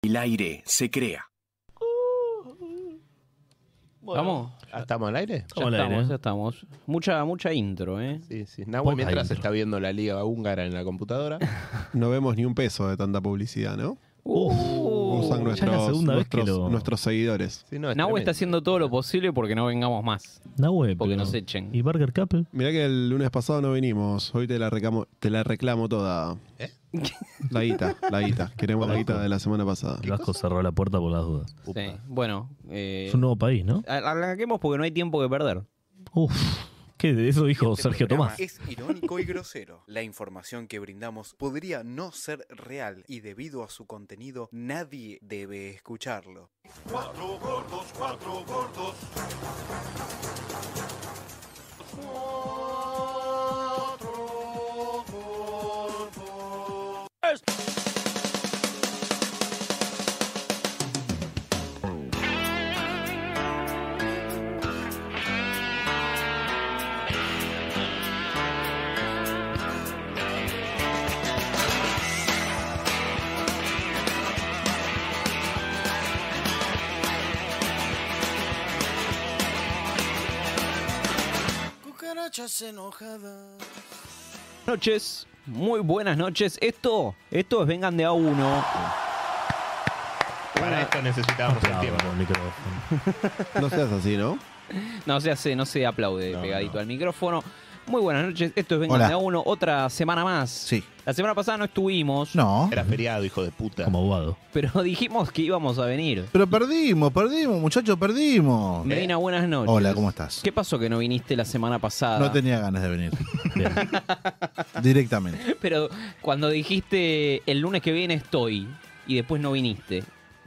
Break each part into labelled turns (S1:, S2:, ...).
S1: El aire se crea.
S2: Bueno,
S3: ¿Vamos?
S2: ¿Estamos al aire?
S3: Ya estamos. Mucha intro, ¿eh?
S2: Sí. Nahue mientras está viendo la liga húngara en la computadora.
S4: No vemos ni un peso de tanta publicidad, ¿no?
S3: Ya
S4: Usan
S3: es la
S5: segunda vez que
S4: nuestros seguidores.
S2: Sí, no, es
S3: Nahue
S2: tremendo.
S3: está haciendo todo lo posible porque no vengamos más.
S5: Nahue,
S3: Porque
S5: pero-
S3: nos echen.
S5: ¿Y Burger Couple?
S4: Mirá que el lunes pasado no vinimos. Hoy te la reclamo toda.
S2: ¿Eh?
S4: La guita. Queremos la guita de la semana pasada.
S5: El Vasco cerró la puerta por las dudas.
S2: Upa.
S3: Sí. Bueno,
S5: Es un nuevo país, ¿no?
S3: arranquemos porque no hay tiempo que perder.
S5: Uf, ¿qué de eso dijo Sergio Tomás?
S1: Es irónico y grosero. La información que brindamos podría no ser real y debido a su contenido nadie debe escucharlo.
S6: Cuatro gordos. Cucarachas enojadas.
S3: Noches, muy buenas noches. Esto es Vengan de a uno.
S2: Para esto necesitábamos el tiempo.
S5: Bravo, el micrófono.
S4: No seas así, ¿no?
S3: No se aplaude
S2: No,
S3: pegadito
S2: no.
S3: al micrófono. Muy buenas noches, esto es Vengan
S7: Hola.
S3: de a uno, otra semana más.
S7: Sí.
S3: La semana pasada no estuvimos,
S7: No.
S2: Era feriado, hijo de puta.
S5: Como abogado.
S3: pero dijimos que íbamos a venir.
S7: Pero perdimos, muchachos, perdimos.
S3: Medina, buenas noches.
S7: Hola, ¿cómo estás?
S3: ¿Qué pasó que no viniste la semana pasada?
S7: No tenía ganas de venir.
S5: Bien.
S7: Directamente.
S3: Pero cuando dijiste el lunes que viene estoy y después no viniste.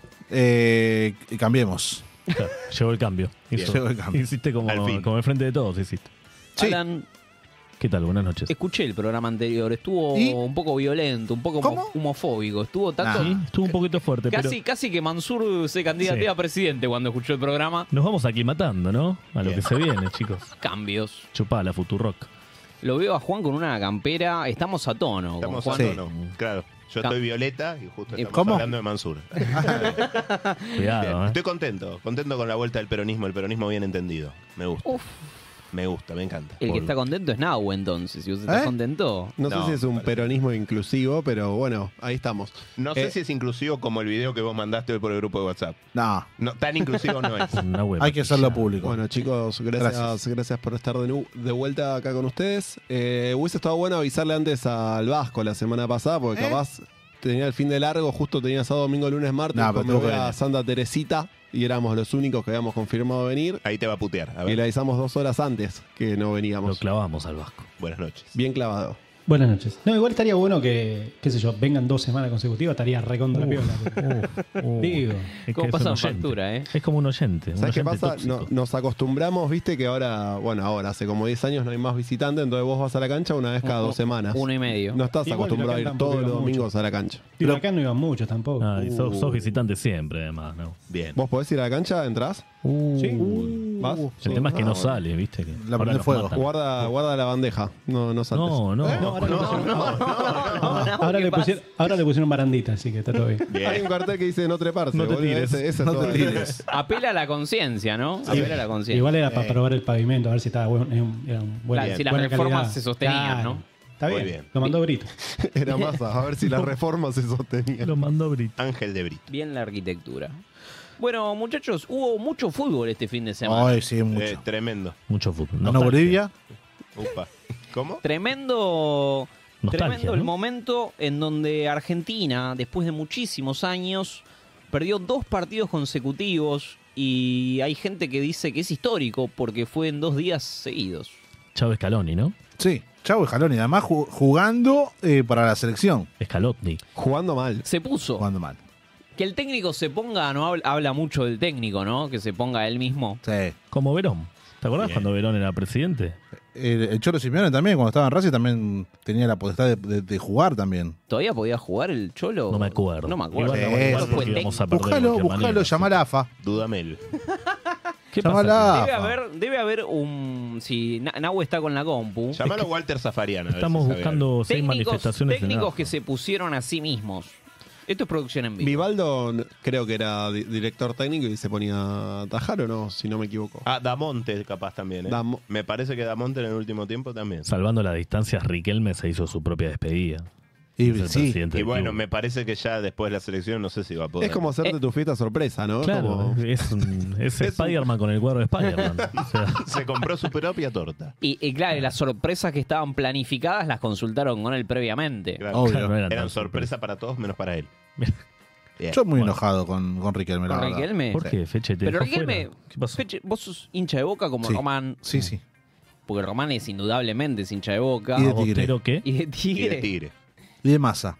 S7: Cambiemos.
S5: Claro, llegó el cambio.
S2: Bien.
S7: Llegó el cambio.
S5: Hiciste como
S2: Al fin.
S5: el frente de todos, hiciste.
S7: Sí.
S3: Alan,
S5: ¿Qué tal? Buenas noches.
S3: escuché el programa anterior, estuvo
S7: ¿Y?
S3: un poco violento, un poco
S7: ¿Cómo?
S3: homofóbico, estuvo tanto...
S7: Nah.
S5: Sí, estuvo un poquito fuerte,
S3: Casi que Mansur se candidatea
S5: Sí.
S3: a presidente cuando escuchó el programa.
S5: pero nos vamos aclimatando, ¿no? A lo
S2: Bien.
S5: que se viene, chicos.
S3: Cambios.
S5: Chupá la Futurock.
S3: Lo veo a Juan con una campera, estamos a tono. con
S2: Estamos
S3: Juan.
S2: a
S7: Sí.
S2: tono. Claro. Yo estoy Violeta y justo estamos
S7: ¿Cómo?
S2: hablando de Mansur. Bien.
S5: Cuidado,
S2: Estoy contento con la vuelta del peronismo, el peronismo bien entendido. Me gusta.
S3: Uf,
S2: Me gusta, me encanta.
S3: el que está contento es Nahue entonces, si vos estás contento.
S4: No,
S2: No,
S4: sé si es un
S2: parece.
S4: peronismo inclusivo, pero bueno, ahí estamos.
S2: No sé si es inclusivo como el video que vos mandaste hoy por el grupo de WhatsApp.
S7: No,
S2: No, tan inclusivo no es.
S5: Una web
S7: hay que hacerlo
S5: maquillada.
S7: público.
S4: Bueno, chicos, gracias por estar de vuelta acá con ustedes. Hubiese estado bueno avisarle antes al Vasco la semana pasada, porque capaz tenía el fin de largo, justo tenía sábado, domingo, lunes, martes,
S7: No,
S4: después
S7: pero
S4: me
S7: tuvo
S4: voy
S7: que
S4: a
S7: venir.
S4: Santa Teresita y éramos los únicos que habíamos confirmado venir.
S2: Ahí te va a putear. A
S4: Y
S2: ver,
S4: le avisamos 2 horas antes que no
S5: Lo
S4: veníamos.
S5: clavamos al Vasco.
S2: buenas noches.
S4: Bien clavado.
S8: Buenas noches. No, igual estaría bueno que, qué sé yo, vengan 2 semanas consecutivas, estaría recontra piola. Digo.
S5: Es que
S3: ¿Cómo
S5: es
S3: pasan
S5: un oyente.
S3: factura,
S5: Es como un oyente. un
S4: ¿Sabes qué
S5: oyente
S4: pasa?
S5: tóxico.
S4: Nos acostumbramos, viste, que ahora hace como 10 años no hay más visitantes, entonces vos vas a la cancha una vez cada 2 semanas.
S3: 1 y medio.
S4: No estás
S8: Igual
S4: acostumbrado a
S8: acá
S4: ir
S8: tampoco
S4: todos los
S8: iban
S4: domingos a la cancha.
S8: Pero acá no iban muchos tampoco.
S5: Ah, y sos visitante siempre, además, ¿no?
S2: Bien.
S4: ¿Vos podés ir a la cancha? ¿Entrás? ¿Vas?
S5: El tema es que no sale, ¿viste? Que
S7: La
S5: ahora
S7: prende
S5: nos
S7: fuego.
S5: matan.
S4: Guarda la bandeja, no saltes.
S5: No.
S8: Ahora le pusieron barandita, así que está todo bien.
S4: Hay un cartel que dice no treparse.
S5: No te
S4: boludo,
S5: tires,
S4: ese es
S7: no te
S4: todo.
S7: tires.
S3: Apela a la conciencia, ¿no? Apela a la conciencia.
S8: Igual era para probar el pavimento, a ver si estaba bueno. Era un buen,
S3: Claro, si las
S8: buena
S3: reformas
S8: calidad.
S3: se sostenían,
S8: Claro.
S3: ¿no?
S8: Está
S2: Muy
S8: bien.
S2: bien.
S8: Lo mandó Brito.
S4: Era masa, a ver si las reformas se sostenían.
S5: Lo mandó Brito.
S2: Ángel de Brito.
S3: Bien la arquitectura. Bueno, muchachos, hubo mucho fútbol este fin de semana.
S7: Ay, sí, mucho.
S2: Tremendo.
S5: Mucho fútbol.
S7: ¿No
S5: Nostalgia.
S7: Bolivia?
S2: Upa. ¿Cómo?
S3: Tremendo
S5: Nostalgia,
S3: el
S5: ¿no?
S3: momento en donde Argentina, después de muchísimos años, perdió 2 partidos consecutivos y hay gente que dice que es histórico porque fue en 2 días seguidos.
S5: Chávez Scaloni, ¿no?
S7: Sí, Chavo Scaloni. Además jugando para la selección.
S5: Scalotni.
S4: Jugando mal.
S3: Se puso.
S7: Jugando mal.
S3: Que el técnico se ponga, no habla mucho del técnico, ¿no? Que se ponga él mismo.
S7: Sí.
S5: Como Verón. ¿Te acordás
S2: Bien.
S5: cuando Verón era presidente?
S7: El Cholo Simeone también, cuando estaba en Racing, también tenía la potestad de jugar también.
S3: ¿Todavía podía jugar el Cholo?
S5: No me acuerdo.
S3: No me acuerdo.
S5: Igual,
S7: Sí,
S5: igual
S7: sí,
S5: porque
S3: sí.
S5: íbamos a perder de
S7: Buscalo,
S5: cualquier manera.
S7: llamá a la AFA.
S2: Dudamel.
S5: ¿Qué
S7: Llamá a
S5: pasa?
S7: la
S3: Debe
S7: AFA.
S3: haber un... Si Nahue está con la compu.
S2: Llamalo a Walter Zafarian. a ver
S5: Estamos
S2: si sabe
S5: buscando 6 manifestaciones en
S3: técnicos
S5: AFA.
S3: que se pusieron a sí mismos. Esto es producción en vivo.
S4: Vivaldo creo que era director técnico y se ponía a tajar o no, si no me equivoco.
S2: Ah, Damonte capaz también, ¿eh? Me parece que Damonte en el último tiempo también.
S5: Salvando las distancias, Riquelme se hizo su propia despedida.
S7: Y,
S5: Es el
S7: sí.
S5: presidente
S2: Y
S5: del
S2: bueno,
S5: club.
S2: me parece que ya después de la selección no sé si va a poder.
S4: Es como hacerte tu fiesta sorpresa, ¿no?
S5: Claro,
S4: Como-
S5: es Spider-Man con el cuadro de Spider-Man. O sea,
S2: Se compró su propia torta.
S3: Y claro, y las sorpresas que estaban planificadas las consultaron con él previamente.
S2: Claro.
S7: Obvio.
S5: no eran
S2: Eran
S5: tan
S2: sorpresa para todos menos para él. Bien.
S7: Yo muy enojado con Riquelme, la
S3: ¿Con
S7: verdad.
S3: Riquelme?
S5: ¿Por qué, Feche? ¿Te
S3: Pero
S5: dejó
S3: Riquelme,
S5: fuera? ¿Qué pasó?
S3: Feche, vos sos hincha de Boca como
S7: Sí.
S3: Román.
S7: Sí, sí.
S3: Porque Román es indudablemente es hincha de Boca.
S7: Y de
S5: ¿A
S7: Tigre.
S5: Botero qué?
S3: Y de
S2: Y
S3: Tigre.
S2: de Tigre.
S7: Y de Massa.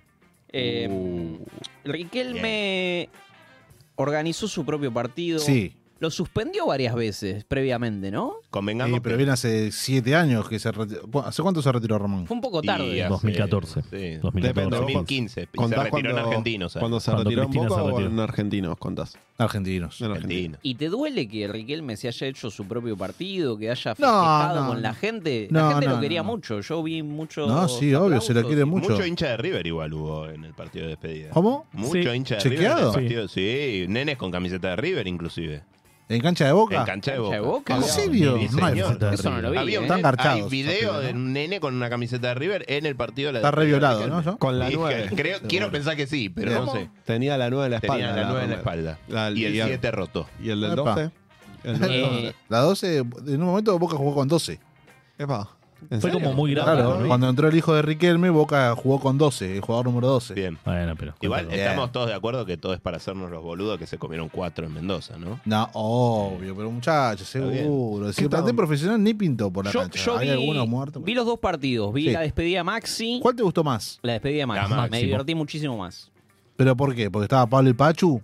S3: Riquelme organizó su propio partido.
S7: Sí.
S3: Lo suspendió varias veces previamente, ¿no?
S2: Convengamos
S7: Sí, pero
S2: que-
S7: viene hace 7 años que se retiró. Bueno, ¿hace cuánto se retiró Ramón?
S3: Fue un poco
S2: y
S3: tarde.
S2: hace-
S5: 2014.
S2: Sí.
S5: 2014.
S4: Depende,
S2: 2015. Y se
S4: ¿Contás
S2: retiró en Argentinos.
S4: cuando se
S5: Cuando
S4: retiró en
S5: Cristina
S4: Boca
S5: se
S4: o
S5: retiró.
S4: en Argentinos? Contás.
S7: Argentinos.
S4: En Argentina.
S2: Argentino.
S3: ¿Y te duele que Riquelme se haya hecho su propio partido, que haya
S7: No,
S3: festejado
S7: no,
S3: con la
S7: no.
S3: gente?
S7: No,
S3: La gente
S7: no,
S3: lo
S7: no,
S3: quería
S7: no.
S3: mucho. Yo vi muchos.
S7: No, sí, obvio, se lo
S3: aplausos.
S7: quiere mucho.
S2: Mucho hincha de River igual hubo en el partido de despedida.
S7: ¿Cómo?
S2: Mucho
S5: Sí.
S2: hincha de
S7: ¿Chequeado?
S2: River en el partido. Sí, nenes con camiseta de River inclusive.
S7: ¿En cancha de Boca?
S2: En cancha de
S3: ¿Cancha de
S2: Boca.
S3: Boca?
S7: ¿En
S3: No,
S7: serio?
S2: Sí,
S7: No hay
S2: señor.
S7: foto de
S3: Eso no lo vi.
S2: Había un
S7: Están garchados
S2: hay video
S7: esos
S2: de
S7: pibes, ¿no?
S2: un nene con una camiseta de River en el partido de la
S7: Está re
S2: despedida de
S7: violado,
S2: Riquelme.
S7: ¿no? Yo.
S4: Con la
S2: Y
S4: 9.
S2: quiero pensar que sí, pero no sé.
S4: Tenía la 9 en la espalda.
S2: Tenía la 9 en la
S4: remera.
S2: espalda.
S4: La-
S2: Y el
S4: y el-
S2: 7 roto.
S4: ¿Y el del
S7: Epa.
S4: 12? El 9.
S3: Eh,
S7: La 12, en un momento Boca jugó con 12.
S4: Epa. ¿En
S5: Fue
S4: serio?
S5: como muy grave.
S7: Claro,
S5: ¿no?
S7: cuando entró el hijo de Riquelme, Boca jugó con 12, el jugador número 12.
S2: Bien.
S5: Bueno, pero.
S2: Igual
S7: Bien.
S2: estamos todos de acuerdo que todo es para hacernos los boludos que se comieron 4 en Mendoza, ¿no?
S7: No, obvio, pero muchachos,
S2: Está bien.
S7: seguro. Si
S4: ¿Qué
S7: el plantel
S4: tal?
S7: profesional ni pintó por la
S3: yo
S7: cancha.
S3: yo
S7: Hay algunos muertos.
S3: vi los dos partidos. Vi
S7: Sí.
S3: la despedida de Maxi.
S7: ¿Cuál te gustó más?
S3: La despedida de Maxi.
S2: La
S3: Me
S5: máximo.
S3: divertí muchísimo más.
S7: ¿Pero por qué? ¿Porque estaba Pablo y Pachu?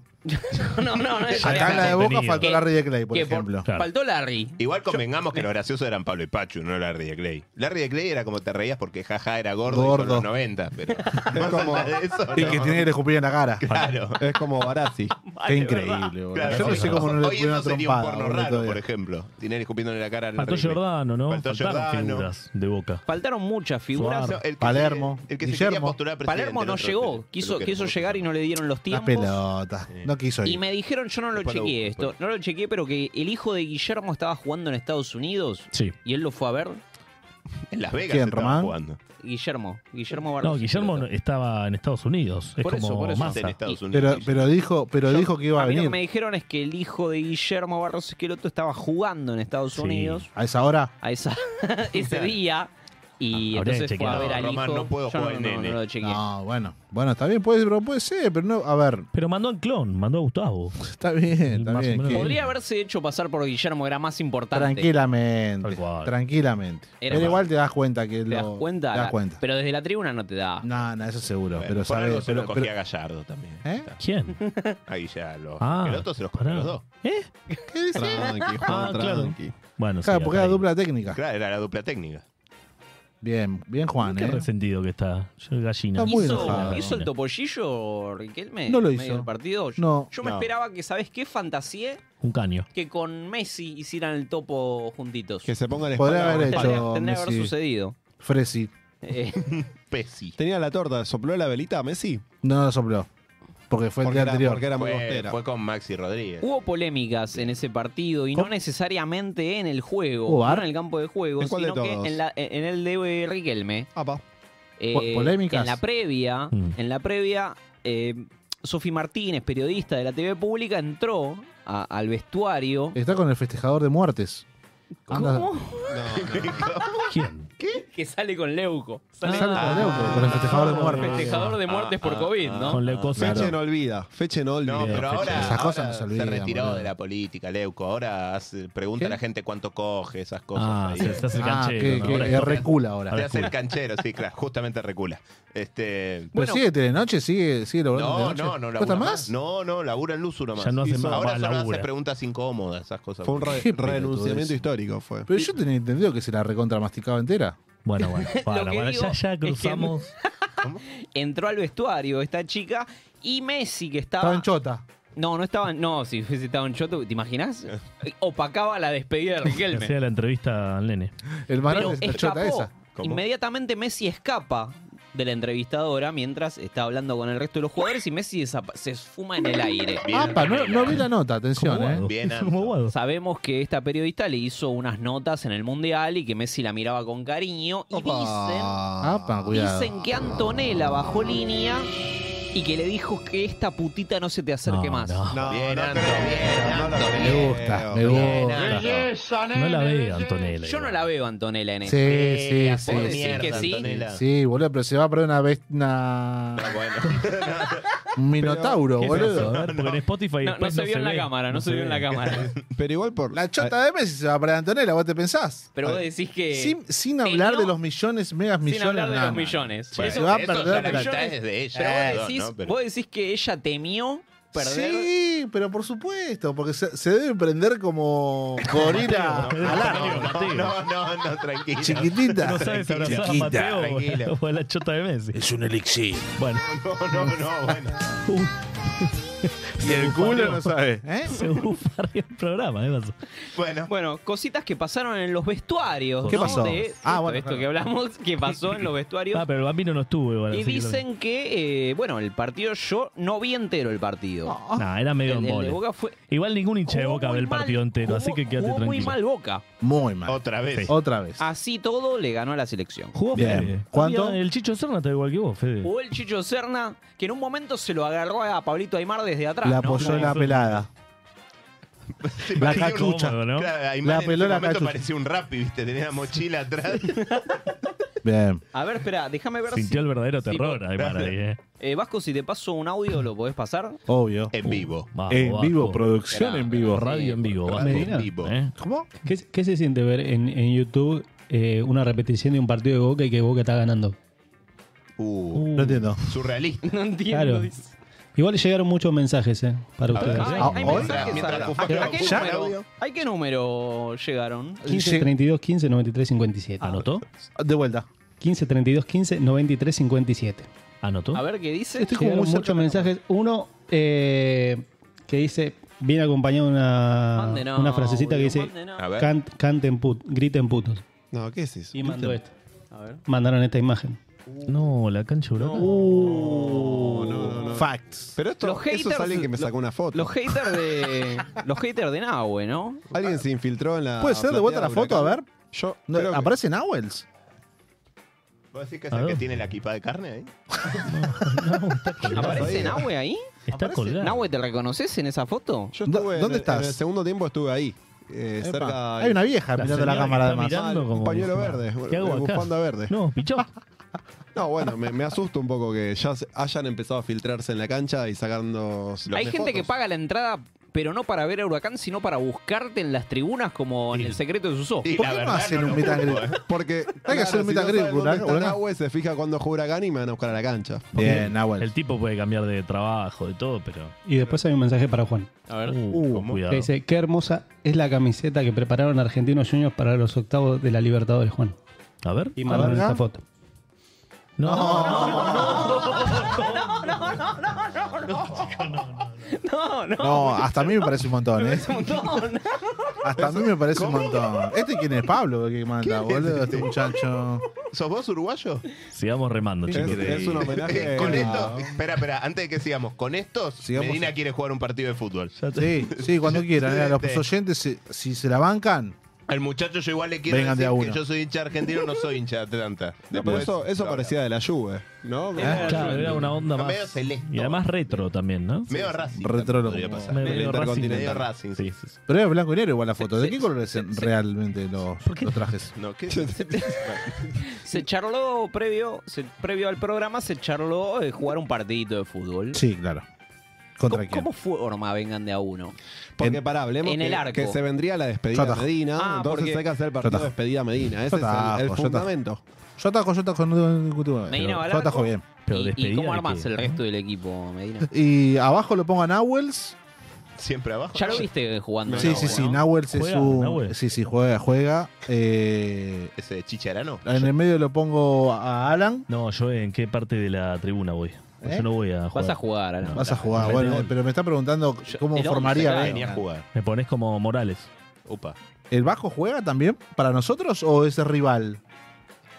S3: No, es
S7: Acá en la de Boca
S5: contenido.
S7: faltó
S3: Que-
S7: Larry de Clay, por
S3: que
S7: ejemplo.
S5: Claro.
S3: Faltó Larry.
S2: Igual convengamos que los graciosos eran Pablo y Pachu, no Larry de Clay. Larry de Clay era como te reías porque jaja era gordo, y
S7: Gordo.
S2: con los 90, pero
S4: Es como,
S2: más allá de eso,
S7: Y
S2: no.
S7: que tiene que le escupir en la cara.
S2: Claro.
S4: es como Barassi.
S7: Qué increíble, boludo.
S2: Claro,
S7: Yo no
S2: hoy-
S7: sé cómo no le
S2: hoy
S7: pudieron
S2: eso sería un
S7: trompada.
S2: porno
S7: boludo,
S2: raro,
S7: todavía.
S2: por ejemplo. Tinelli escupiéndole la cara a
S5: Faltó
S2: Larry de Clay.
S5: Giordano, ¿no?
S2: Faltó
S5: Faltaron
S2: Giordano.
S5: figuras de Boca.
S3: Faltaron muchas figuras.
S5: Suárez.
S2: El que
S7: Palermo,
S2: el que se
S7: Guillermo.
S2: quería postular a presidente,
S3: Palermo
S2: el
S3: no
S2: otro
S3: llegó. Quiso
S2: peluquero.
S3: llegar y no le dieron los
S7: La
S3: tiempos.
S7: pelota. No quiso
S3: Y
S7: ir.
S3: me dijeron, yo no lo
S2: Después lo
S3: chequeé
S2: busco,
S3: esto,
S2: después.
S3: no lo chequeé, pero que el hijo de Guillermo estaba jugando en Estados Unidos
S5: Sí.
S3: y él lo fue a ver.
S2: En Las Vegas
S7: ¿Quién,
S2: estaba
S7: Román?
S2: jugando.
S3: Guillermo
S5: No,
S3: Barros.
S5: Guillermo estaba en Estados Unidos. Es
S3: Por eso,
S5: como
S3: por eso.
S5: Massa.
S2: En Estados Unidos.
S7: Pero dijo que iba a
S3: mí lo que
S7: venir.
S3: me dijeron es que el hijo de Guillermo Barros Esqueloto estaba jugando en Estados
S5: Sí.
S3: Unidos
S7: A esa hora.
S3: a ese día y
S5: Habría
S3: entonces
S5: que
S3: fue a
S5: chequear.
S3: ver al
S2: Román,
S3: hijo.
S2: no puedo
S3: Yo
S2: jugar el
S3: no
S2: nene.
S3: lo chequeé.
S7: No, bueno. Bueno, está bien, puede ser, pero no. A ver,
S5: Pero mandó al clon, mandó a Gustavo.
S7: está bien, está
S5: Más o
S7: bien.
S5: menos.
S7: que-
S3: Podría haberse hecho pasar por Guillermo, era más importante.
S7: Tranquilamente.
S5: Tal cual.
S7: Tranquilamente.
S3: Era
S7: Pero
S3: más-
S7: igual te das cuenta que
S3: ¿Te das
S7: lo.
S3: cuenta?
S7: Te das cuenta.
S3: Pero desde la tribuna no te da.
S7: No, eso seguro.
S2: Bueno,
S7: pero
S2: por algo
S7: sabes.
S2: se lo
S7: Pero,
S2: cogía a Gallardo también.
S7: ¿Eh?
S2: Está.
S5: ¿Quién?
S2: Ahí ya los
S5: Ah,
S2: pelotos se los cogió a los
S5: pará.
S2: dos.
S5: ¿Eh?
S7: ¿Qué dice?
S4: Tranqui, Juan,
S5: Ah, claro.
S4: tranqui.
S5: Bueno,
S7: Claro,
S5: sí,
S7: porque
S5: acá
S7: era
S5: hay-
S7: dupla técnica.
S2: Claro, era la dupla técnica.
S7: Bien, bien Juan,
S5: Qué
S7: ¿eh?
S5: resentido que está. Yo gallina.
S7: Está muy
S3: ¿Hizo,
S7: enojado.
S3: ¿Hizo el topollillo Riquelme?
S7: No lo
S3: en
S7: hizo.
S3: medio del partido?
S7: No.
S3: Yo me
S2: No.
S3: esperaba que, ¿sabes qué? Fantaseé
S5: Un caño.
S3: que con Messi hicieran el topo juntitos.
S4: Que se ponga la
S7: Podría
S4: espalda.
S7: haber
S3: Tendría,
S7: hecho
S3: tendría que haber
S7: Messi.
S3: sucedido.
S7: Fresi.
S3: Eh,
S2: Pesi.
S4: Tenía la torta, sopló la velita a Messi.
S7: No lo sopló. Porque fue el día anterior.
S4: porque era muy
S2: Fue,
S4: bostera.
S2: fue con Maxi Rodríguez.
S3: hubo polémicas en ese partido y no necesariamente en el juego,
S7: ¿Hubo
S3: no
S7: VAR?
S3: en el campo de juego,
S4: ¿En cuál de
S3: sino que
S4: todos?
S3: en el de Riquelme.
S4: Apa.
S7: ¿Polémicas?
S3: En la previa,
S5: Mm.
S3: Sofi Martínez, periodista de la TV pública, entró al vestuario.
S7: Está con el festejador de muertes. Anda-
S3: ¿Cómo?
S5: ¿Quién?
S3: Que sale con Leuco. Sale
S7: Sale con Leuco, con el festejador de muertes.
S3: festejador de muertes por COVID, ¿no?
S5: Con leucemia.
S4: Feche no olvida. Feche no olvida.
S2: No, pero ahora,
S7: Esas cosas
S2: ahora
S7: no se olvidan,
S2: retiró
S7: boludo.
S2: de la política, Leuco. Ahora pregunta
S7: ¿Qué?
S2: a la gente cuánto coge, esas cosas.
S5: Ah,
S2: ahí.
S5: se hace el
S7: Ah,
S5: canchero.
S7: que,
S5: ¿no?
S7: que
S5: Ahora
S7: es
S5: es-
S7: recula ahora.
S2: Te hace el canchero, sí, claro, justamente recula.
S7: Pero
S3: Bueno.
S7: sigue Telenoche, sigue laburando
S2: No,
S7: Telenoche.
S2: no, no
S7: ¿Cuesta
S2: labura
S7: más?
S2: No, no, labura en Luz uno más.
S5: Ya no hace
S2: Hizo-
S5: más,
S2: ahora
S5: va,
S2: solo
S5: labura.
S2: hace preguntas incómodas, esas cosas.
S4: Fue un
S7: Qué pelotudo
S4: renunciamiento
S7: eso.
S4: histórico, fue.
S7: Pero yo tenía entendido que se la recontra masticaba entera.
S5: Bueno, para,
S3: Lo que digo
S5: ya
S3: es que-
S5: cruzamos.
S3: Entró al vestuario esta chica y Messi, que
S7: Estaba en chota.
S3: No estaba. No, si fuese estaba en Choto, ¿te imaginas? Opacaba la despedida de Riquelme.
S5: Hacía la entrevista al nene.
S7: El
S3: Pero
S7: Manuel es la chota
S3: escapó.
S7: esa.
S2: ¿Cómo?
S3: Inmediatamente Messi escapa de la entrevistadora mientras está hablando con el resto de los jugadores y Messi se esfuma en el aire.
S7: Apa, no vi la nota, atención,
S5: Como
S2: Bien
S5: Como
S2: alto.
S5: Guado.
S3: Sabemos que esta periodista le hizo unas notas en el Mundial y que Messi la miraba con cariño y
S7: Apa, cuidado.
S3: dicen que Antonella bajó línea y que le dijo que esta putita no se te acerque
S5: No,
S3: más.
S5: no.
S4: No,
S2: Bien,
S4: no
S2: Anto,
S4: creo,
S2: bien,
S4: no lo
S2: Anto.
S4: creo.
S7: Me gusta, me
S2: Bien,
S7: gusta.
S2: Anto.
S5: No la veo, Antonella.
S3: Yo no la veo a Antonella en
S7: Sí,
S3: esto.
S7: sí,
S3: ¿Vos
S7: sí.
S3: decís
S2: Mierda,
S3: que sí?
S2: Antonella.
S7: Sí, boludo, pero se va a poner un minotauro,
S5: ¿Qué es eso?
S7: boludo.
S5: A ver, porque en Spotify
S3: No,
S5: después
S3: se vio en la
S5: ve.
S3: cámara, no se vio en la cámara.
S4: Pero igual por.
S7: La chota de Messi se va a poner Antonella, ¿vos te pensás?
S3: Pero vos decís que...
S7: Sin hablar
S3: ¿Tenio?
S7: de los millones, megas
S3: Sin
S7: millones.
S3: hablar de
S7: nada.
S3: los millones.
S2: Bueno,
S7: se va a
S2: eso
S7: perder
S2: ya la
S7: la
S2: mitad
S3: millones.
S2: es de ella.
S3: Pero
S2: perdón, ¿no?
S3: vos decís que ella temió perder...
S7: Sí, pero por supuesto, porque se debe prender como gorila al arco.
S2: No, tranquilo.
S7: Chiquitita.
S5: No sabes abrazar a
S7: Chiquita,
S5: Mateo
S2: tranquilo.
S5: o a la chota de Messi.
S7: Es un elixir.
S5: Bueno,
S2: No, bueno.
S7: Y el culo no sabe. ¿Eh?
S5: se bufarrió el programa, ¿qué pasó?
S2: Bueno,
S3: Bueno, cositas que pasaron en los vestuarios.
S7: ¿Qué
S3: ¿no?
S7: pasó?
S3: De
S7: Bueno,
S3: esto
S7: claro.
S3: que hablamos, que pasó en los vestuarios.
S5: Ah, pero el Bambino no estuvo igual.
S3: Y
S5: así que
S3: dicen que, bueno, el partido, yo no vi entero el partido.
S5: Nah, era medio
S3: El de
S5: embole.
S3: Boca fue...
S5: Igual ningún hincha de
S3: jugó
S5: Boca
S3: muy
S5: ve el partido
S3: mal,
S5: entero, así que quédate
S3: jugó
S5: tranquilo.
S3: muy mal Boca.
S7: Muy mal.
S2: otra vez.
S5: Sí.
S7: Otra vez.
S3: Así todo le ganó a la selección.
S5: Jugó
S7: Bien.
S5: Fede.
S7: ¿Cuánto?
S5: Había- El Chicho Serna está igual que vos, Fede.
S3: Jugó el Chicho Serna, que en un momento se lo agarró a Pablito Aymar desde atrás.
S7: La
S3: ¿no?
S7: apoyó en la
S5: No,
S7: pelada.
S2: Se
S7: La
S2: parecía un-
S7: cachucha.
S5: Cómodo, ¿no?
S2: Claro, Aymar
S7: La
S2: en
S7: peló
S2: ese
S7: la
S2: momento
S7: cachucha.
S2: parecía un Rappi, ¿viste? Tenía la mochila atrás.
S7: Bien.
S3: A ver, espera, déjame ver
S5: Sintió el verdadero
S3: si-
S5: terror, Aymar, ahí,
S3: Vasco, si te paso un audio, ¿lo podés pasar?
S7: Obvio.
S2: En vivo.
S5: Vamos,
S7: En
S5: Vasco.
S7: vivo, producción
S3: Esperá,
S7: en vivo.
S5: Radio en vivo, Vasco.
S8: Medina.
S2: En vivo.
S5: ¿Eh?
S7: ¿Cómo?
S8: ¿Qué se siente ver en YouTube una repetición de un partido de Boca y que Boca está ganando?
S7: No entiendo.
S2: Surrealista.
S3: No entiendo.
S8: Claro.
S3: dice.
S8: Igual llegaron muchos mensajes para ustedes.
S3: Hay
S7: ¿Hoy?
S3: mensajes
S2: Mientras
S3: a-
S2: Cufa-
S3: ¿A qué
S7: ¿Ya?
S3: número? ¿A qué número llegaron?
S8: 15 32 15 93 57.
S5: ¿Anotó?
S7: De vuelta.
S8: 15 32 15 93 57.
S5: ¿Anotó?
S3: A ver qué dice.
S7: Estoy como
S8: Llegaron
S7: muy cerca
S8: muchos
S7: de la
S8: mensajes. Uno que dice, viene acompañado de
S3: Mande no,
S8: una frasecita que
S3: boludo,
S8: dice,
S3: mande no.
S2: A ver.
S8: canten griten putos.
S4: No, ¿qué es eso?
S8: Y mandó esto.
S3: A ver.
S8: Mandaron esta imagen.
S5: No, la cancha Huracán.
S4: No.
S7: Facts.
S4: Pero esto,
S3: Los
S4: eso es
S3: haters-
S4: alguien que me sacó una foto.
S3: Los haters de Nahue, ¿no?
S4: Alguien se infiltró en la.
S7: ¿Puede ser de vuelta la
S4: platea de
S7: foto? A ver.
S4: Huracán. Yo
S7: No,
S4: creo que-
S7: ¿Aparece Nowells?
S2: ¿Vos decís que es
S5: A
S2: el que
S5: ver.
S2: tiene la equipa de carne ahí?
S3: ¿Aparece Nahue ahí?
S5: Está colgado.
S3: ¿Nahue te reconoces en esa foto?
S4: Yo estuve
S7: ¿Dónde
S4: en
S7: estás?
S4: el segundo tiempo estuve ahí.
S7: Epa.
S4: Cerca.
S7: Hay una vieja mirando la
S5: señora
S7: cámara
S5: que está
S7: además.
S5: mirando
S4: Un
S5: como
S4: pañuelo
S5: diciendo,
S4: verde.
S5: ¿Qué hago acá?
S4: Bufanda verde.
S5: No, pichó.
S4: No, bueno, me asusta un poco que ya hayan empezado a filtrarse en la cancha y sacando.
S3: Hay gente que paga la entrada, pero no para ver a Huracán, sino para buscarte en las tribunas como en el secreto de sus ojos.
S2: Y
S7: ¿Por
S2: la
S7: qué no
S2: verdad
S7: hacen
S2: no
S7: un
S2: lo
S7: meet and
S2: culpo,
S7: greet?
S4: Porque
S7: Hay que hacer un meet and greet, Huracán.
S4: Nahue se fija cuando juega Huracán y me van a buscar a la cancha.
S7: Bien, Nahuel.
S5: El tipo puede cambiar de trabajo, de todo, pero.
S8: Y después hay un mensaje para Juan.
S3: A ver.
S2: ¿cómo?
S5: Cuidado.
S8: Que dice, qué hermosa es la camiseta que prepararon Argentinos Juniors para los octavos de la Libertadores, Juan.
S5: A ver.
S8: Y mandaron
S7: ver,
S8: esta
S7: ¿no?
S8: foto.
S3: No, no.
S7: No, hasta a mí me parece un montón, ¿eh?
S3: Un montón.
S7: Hasta a mí me parece un montón. ¿Este quién es? Pablo, que manda, boludo, este muchacho.
S2: ¿Sos vos uruguayo?
S5: Sigamos remando, chicos.
S4: Es un homenaje.
S2: Con
S4: a-
S2: esto, espera, antes de que sigamos, con estos,
S7: Sigamos.
S2: Medina quiere jugar un partido de fútbol.
S7: Sí, cuando quieran. A los oyentes, si se la bancan,
S2: Al muchacho yo igual le quiero
S7: Vengan de
S2: decir
S7: a
S2: que
S7: uno.
S2: yo soy hincha argentino, no soy hincha de Atlanta.
S4: No, pero
S2: Después-
S4: eso parecía de la Juve, ¿no?
S5: Claro, era una onda más.
S2: Medio celeste.
S5: Y además retro también, ¿no?
S2: Medio Racing.
S7: Retrólogo.
S2: podría pasar.
S5: Medio
S2: Medio
S5: Racing.
S2: Medio Racing.
S5: Sí, sí, sí.
S7: pero era blanco y negro igual la foto. ¿De
S2: Sí,
S7: qué color es realmente los trajes?
S2: No, ¿qué?
S3: Se charló previo al programa, se charló jugar un partidito de fútbol.
S7: Sí, claro. ¿Contra
S3: ¿Cómo,
S7: quién?
S3: cómo forma Vengan de a uno?
S4: Porque hablemos
S3: en el arco.
S4: que se vendría la
S7: Yo
S4: despedida
S7: atajo.
S4: Medina,
S3: Ah,
S4: entonces
S3: porque-
S4: hay que hacer el
S7: Yo
S4: partido
S7: atajo.
S4: de despedida Medina. Ese
S7: Yo
S4: es
S7: atajo,
S4: el
S7: yo
S4: fundamento.
S7: Yo atajo, no discutimos.
S3: Medina va al
S7: Yo atajo
S3: arco.
S7: bien.
S5: Pero
S3: ¿Y
S5: despedida
S3: cómo
S5: de
S3: armás
S5: qué?
S3: el resto del equipo, Medina?
S7: Y abajo lo pongan Nowells.
S2: Siempre abajo.
S3: Ya lo viste jugando.
S7: Sí, sí, sí.
S3: ¿no?
S7: Nowells es
S5: ¿Juega,
S7: un.
S5: Nahue?
S7: Sí, juega.
S2: Ese de Chicharano.
S7: En el medio lo pongo a Alan.
S5: No, yo en qué parte de la tribuna voy.
S7: ¿Eh?
S5: Yo no voy a jugar.
S3: Vas a jugar, Alan.
S7: Vas a jugar.
S5: mete
S7: Bueno,
S5: gol.
S7: pero me está preguntando cómo
S3: el once,
S7: formaría
S3: claro.
S2: Venía a
S7: Vengan.
S2: jugar.
S5: Me pones como Morales.
S2: Upa.
S7: ¿El Vasco juega también para nosotros o es rival?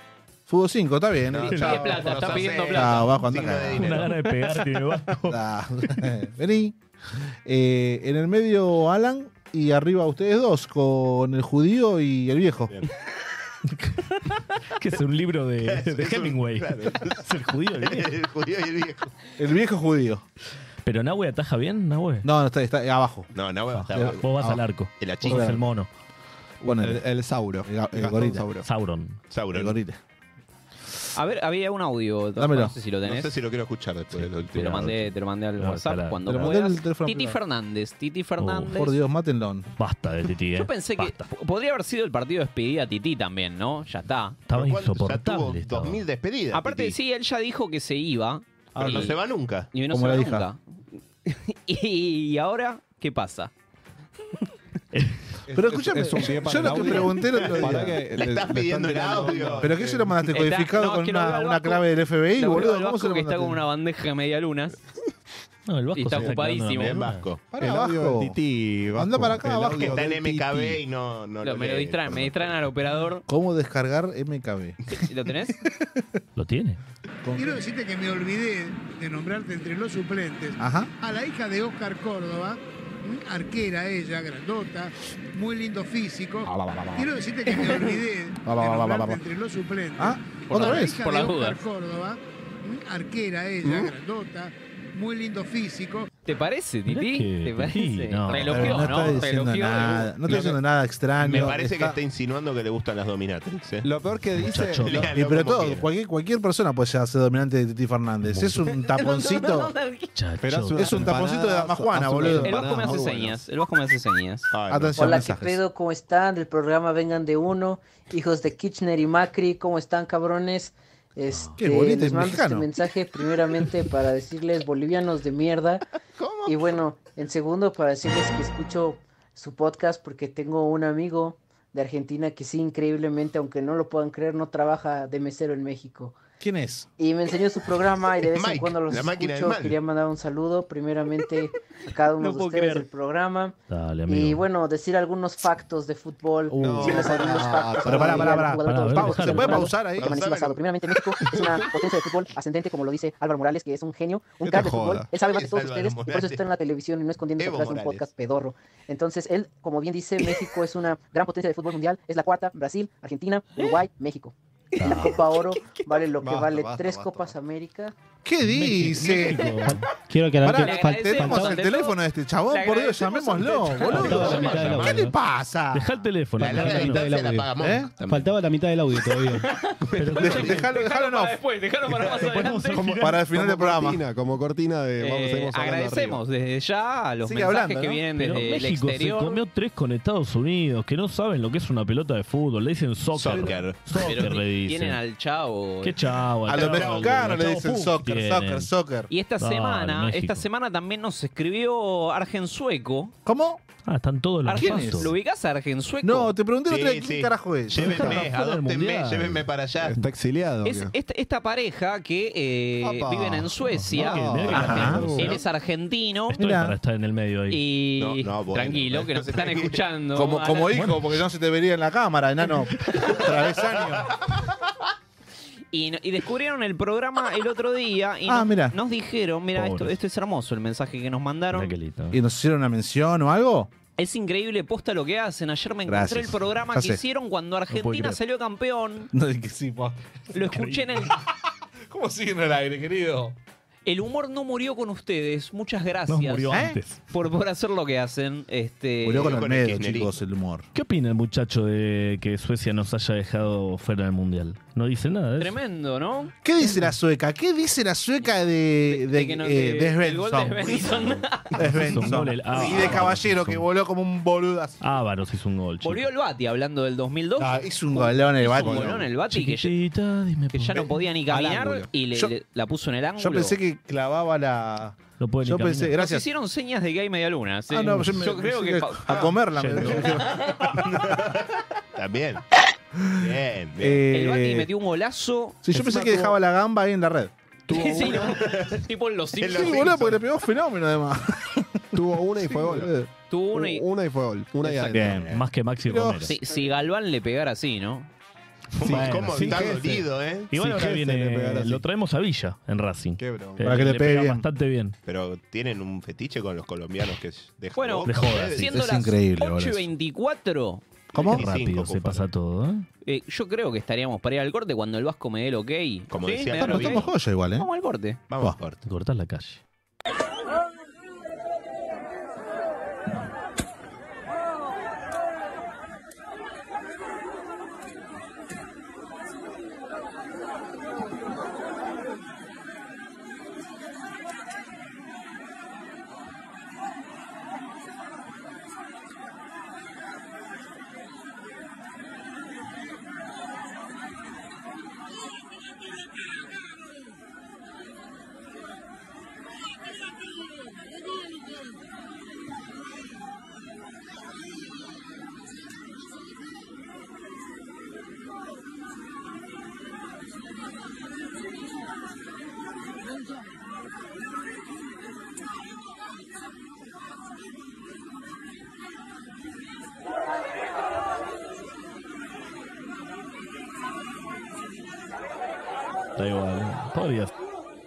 S7: Fútbol 5, está bien.
S3: Pide
S2: Chao,
S3: plata,
S2: los
S3: está pidiendo
S2: haces.
S3: plata.
S7: Chao, bajo, anda
S2: Signo de
S7: acá.
S5: Una
S2: dinero.
S5: gana de pegar tiene Vasco.
S7: Vení. En el medio Alan y arriba ustedes dos con el judío y el viejo.
S2: Bien.
S5: Que es un libro de
S2: Es un-
S5: Hemingway.
S2: claro.
S5: Es el judío. el viejo.
S2: El judío y el viejo.
S7: El viejo judío.
S5: Pero Nahue ataja bien, Nahue.
S7: No, está abajo.
S2: No, no, está
S7: Eh,
S2: abajo.
S5: Vos vas
S7: Ah,
S5: al arco.
S2: El
S5: Vos
S2: achín.
S5: sos el mono.
S7: Bueno,
S4: El Sauro.
S7: el
S4: Gastón
S7: gorila.
S4: Sauro.
S5: Sauron.
S7: el
S2: Sauron.
S7: gorila.
S3: A ver, había un audio.
S7: Dámelo.
S3: No sé si lo
S2: No
S3: tenés.
S2: sé si lo quiero escuchar después del
S3: Te lo mandé al
S5: No,
S3: WhatsApp
S5: espera.
S3: cuando
S7: Te lo mandé
S3: puedas.
S7: al teléfono
S3: Titi
S7: privado.
S3: Fernández. Titi Fernández.
S7: Por Dios, mátenlo.
S5: Basta de Titi,
S3: Yo pensé que
S5: Basta.
S3: podría haber sido el partido de despedida a Titi también, ¿no? Ya está.
S5: Estaba
S2: Ya tuvo
S5: insoportable. estaba.
S2: 2000 despedidas.
S3: Aparte,
S2: Titi.
S3: sí, él ya dijo que se iba.
S2: Pero
S3: y-
S2: no se va nunca.
S3: Y no
S7: Como
S3: se va
S7: la hija.
S3: nunca. Y ahora, ¿qué pasa?
S7: Pero escúchame,
S4: Es un pie para
S7: yo
S4: el
S7: lo que
S4: audio.
S7: pregunté el otro
S4: Para
S7: día.
S4: que
S2: Le estás
S4: están
S2: pidiendo el
S4: tirando-
S2: audio.
S7: ¿Pero qué se lo mandaste
S3: Está-
S7: codificado
S3: no,
S7: con
S3: que lo veo al
S7: una
S3: Vasco.
S7: clave del FBI,
S3: Lo veo
S7: boludo?
S3: al
S7: ¿Cómo se
S3: Vasco
S7: lo
S3: que está
S7: mandaste?
S3: con una bandeja de medialunas.
S5: No, el Vasco
S3: Y está
S5: se quedando en la
S3: ocupadísimo.
S2: Bien,
S5: luna.
S2: Vasco.
S7: Pará,
S4: El audio
S7: Vasco.
S4: del Titi.
S7: Anda
S4: Vasco.
S7: para acá,
S4: El
S7: Vasco.
S4: audio
S2: Que está en
S4: del
S2: MKB
S4: Titi.
S2: y no
S3: Me
S2: lo
S3: lo
S2: lee.
S3: distraen al operador.
S7: ¿Cómo descargar MKB?
S3: ¿Lo tenés?
S5: ¿Lo tiene?
S9: Quiero decirte que me olvidé de nombrarte entre los suplentes
S7: Ajá.
S9: a la hija de Oscar Córdoba, arquera ella, grandota, muy lindo físico. Quiero decirte que me olvidé de nombrarte entre los suplentes.
S7: Ah,
S3: Por
S7: ¿otra
S3: la-
S7: vez?
S9: Hija
S3: por
S9: de
S3: las
S9: Oscar
S3: dudas.
S9: Córdoba, arquera ella, grandota, muy lindo físico.
S3: ¿Te parece,
S5: Mirá
S3: Titi?
S5: que
S3: ¿Te parece?
S5: Titi, no.
S3: Relojeó,
S7: No está
S3: ¿no?
S7: diciendo
S3: Relojeó.
S7: nada. No está diciendo nada extraño.
S2: Me parece que
S7: está-
S2: está insinuando que le gustan las dominatrix. ¿eh?
S4: Lo peor que dice.
S5: Muchacho.
S2: Léalo
S7: Y pero
S2: como
S7: todo,
S2: quiera.
S7: cualquier persona puede llegar a ser dominante de Titi Fernández. Es un taponcito.
S5: Chacho.
S7: Es un taponcito de Dama Juana, boludo.
S3: El Vasco me hace señas. El Vasco me hace señas.
S2: Ay, no.
S7: Atención,
S10: Hola,
S7: mensajes.
S10: ¿qué pedo? ¿Cómo están? Del programa Vengan de Uno, hijos de Kirchner y Macri, ¿cómo están, cabrones?
S7: Qué bonito,
S10: Les
S7: es
S10: mando
S7: mexicano.
S10: este mensaje primeramente para decirles bolivianos de mierda. Y bueno, en segundo para decirles que escucho su podcast porque tengo un amigo de Argentina que sí, increíblemente, aunque no lo puedan creer, no trabaja de mesero en México.
S7: ¿Quién es?
S10: Y me enseñó su programa y de vez en
S2: Mike,
S10: cuando los
S2: la máquina del
S10: escucho.
S2: mal.
S10: Quería mandar un saludo primeramente a cada uno
S3: No
S10: de
S3: puedo
S10: ustedes
S3: creer.
S10: del programa.
S5: Dale, amigo.
S10: Y bueno, decir algunos factos de fútbol. Decirles algunos factos.
S7: Pero pará,
S10: sobre el
S7: pará.
S10: jugador
S5: Pará,
S10: de los
S5: a ver,
S10: Estados
S7: ¿Se
S5: dejalo,
S7: puede
S10: Unidos,
S7: pausar ahí?
S10: que amanecí basado. Primeramente, México es una potencia de fútbol ascendente, como lo dice Álvaro Morales, que es un genio, un
S4: Que
S10: crack
S4: te
S10: de fútbol.
S4: joda.
S10: Él sabe más que
S2: Es
S10: todos
S2: Álvaro
S10: ustedes, y por eso
S2: Morales.
S10: está en la televisión y no escondiéndose
S2: Evo
S10: atrás de un
S2: Morales.
S10: podcast pedorro. Entonces, él, como bien dice, México es una gran potencia de fútbol mundial. Es la cuarta: Brasil, Argentina, Uruguay, México. La Copa Oro vale lo que
S4: Basta,
S10: vale
S4: basta,
S10: 3
S4: basta.
S10: Copas América.
S7: ¿qué dice?
S8: Quiero aclarar
S7: Pará,
S8: que
S3: agradecemos
S7: tenemos el
S3: ante
S7: teléfono
S3: todo.
S7: de este chabón,
S3: Le
S7: por Dios,
S3: agradecemos
S7: llamémoslo,
S3: ante
S8: Faltaba la
S7: boludo.
S8: mitad del
S7: ¿Qué
S8: audio.
S7: le pasa?
S5: Deja el teléfono.
S2: La larga
S8: la mitad del
S2: distancia la
S8: audio.
S2: pagamos.
S7: ¿Eh?
S2: también.
S8: Faltaba la mitad del audio todavía.
S7: Déjalo no.
S3: para después, dejalo para más adelante.
S7: Para el final del programa.
S4: Como cortina de. Seguimos hablando
S3: Agradecemos desde ya a los
S7: Sigue
S3: mensajes
S7: hablando,
S3: que
S7: ¿no?
S3: vienen
S5: Pero
S3: desde el
S5: México se
S3: exterior.
S5: comió 3 con Estados Unidos, que no saben lo que es una pelota de fútbol. Le dicen soccer.
S2: Soccer.
S5: Soccer
S3: Pero
S5: le dicen.
S3: tienen al Chavo.
S5: Qué chavo.
S7: A los mexicanos le dicen soccer,
S5: tienen.
S7: soccer, soccer.
S3: Y esta
S5: Dale,
S3: semana,
S5: México.
S3: también nos escribió Argen Sueco.
S7: ¿Cómo?
S5: Ah, están todos los
S7: ¿Quién
S5: pasos.
S7: es?
S3: ¿Lo ubicás a Argen Sueco?
S7: No, te pregunté el otro día
S2: Sí,
S7: quién
S2: sí.
S7: carajo es.
S2: Llévenme,
S5: Fuera del
S2: adóptenme,
S5: mundial.
S2: llévenme para allá.
S4: Está exiliado.
S3: Es esta pareja que
S4: Apa.
S3: viven en Suecia.
S5: Mirá que
S3: Ajá.
S5: argentino.
S3: Él es argentino.
S5: Estoy
S7: Mirá.
S5: para estar en el medio ahí.
S3: Y
S2: No, bueno,
S3: tranquilo,
S2: bueno,
S3: que nos están
S2: tranquilo.
S3: escuchando.
S7: Como hijo, porque no se te vería en la cámara, enano. Travesaño.
S3: Y descubrieron el programa el otro día y
S7: Mirá.
S3: nos dijeron, mira, esto
S5: Pobres.
S3: es hermoso el mensaje que nos mandaron.
S5: Mirá qué lindo.
S7: ¿Y nos hicieron una mención o algo?
S3: Es increíble, posta lo que hacen. Ayer me encontré
S7: Gracias.
S3: el programa
S7: Ya
S3: que
S7: sé.
S3: hicieron cuando
S5: puedo
S3: Argentina
S5: creer.
S3: salió campeón.
S7: No, que sí, po.
S3: Lo escuché en el...
S7: ¿Cómo sigue en el aire, querido?
S3: El humor no murió con ustedes. Muchas gracias
S5: No murió
S7: ¿Eh?
S5: antes.
S3: por hacer lo que hacen.
S7: Murió con
S2: con
S7: el
S2: el
S7: medio,
S2: kirchnerismo.
S7: chicos, el humor.
S5: ¿Qué opina el muchacho de que Suecia nos haya dejado fuera del mundial? No dice nada de eso.
S3: Tremendo, ¿no?
S7: ¿Qué dice la sueca? ¿Qué dice la sueca de
S3: que no-
S7: de
S3: del gol de
S7: Svensson?
S3: Svensson.
S7: De Svensson.
S5: Hizo un gol
S7: Y de Caballero, que voló como un boludazo.
S5: Ávaros hizo un gol. chico.
S3: Volvió el Bati hablando del 2002.
S7: Ah, hizo un golón el
S3: Hizo
S7: Bati.
S3: un golón el Bati que
S5: Chiquitita, dime
S3: que
S5: por
S3: ya no
S5: qué.
S3: podía ni
S7: Al
S3: caminar
S7: ángulo.
S3: y
S7: Yo-
S3: la puso en el ángulo.
S7: Yo pensé que clavaba la...
S5: No puede ni
S7: Yo
S5: caminar.
S7: pensé,
S3: Nos
S7: gracias.
S3: hicieron señas de que hay media luna. ¿sí?
S7: Ah, no, yo,
S3: Yo creo que...
S7: a comerla.
S2: También. Bien, bien.
S3: El Bati metió un golazo.
S7: Sí, yo pensé que dejaba la gamba ahí en la red.
S3: Sí, ¿no? Tipo en los
S7: Sí,
S3: Simpsons.
S7: boludo, porque le pegó fenómeno además.
S4: Tuvo una y fue gol.
S3: Tuvo una y...
S4: Una y fue gol. Una y
S3: Exacto.
S4: adentro.
S7: Bien.
S5: Más que Maxi
S7: Pero-
S5: Romero.
S3: Si Galván le pegara así, ¿no?
S2: ¿Cómo
S5: sin
S2: está
S5: jefe.
S2: dolido, eh?
S5: Igual ahora
S4: jefe le pegar
S5: viene,
S4: así.
S5: lo traemos a Villa en Racing.
S4: Qué broma.
S7: Para que le pegue
S5: pega
S7: bien.
S5: bastante bien.
S2: Pero tienen un fetiche con los colombianos que dejan
S3: Bueno,
S2: boca,
S5: de joda,
S2: ustedes.
S5: sí.
S3: siendo
S7: Es
S3: las
S7: increíble, boludo.
S3: 8:24,
S7: ¿Cómo?
S5: Qué rápido
S2: 25,
S5: se
S2: Cufaro.
S5: pasa todo, ¿eh?
S3: yo creo que estaríamos para ir al corte cuando el Vasco me dé el ok.
S2: Como
S3: ¿Sí?
S2: decía
S3: ¿Me da el
S2: Carlos
S3: ok?
S7: Estamos joya igual, ¿eh?
S3: Vamos al corte.
S2: Vamos,
S7: Va.
S2: corte.
S5: Cortás la calle. Da igual, ¿eh? Podría ser.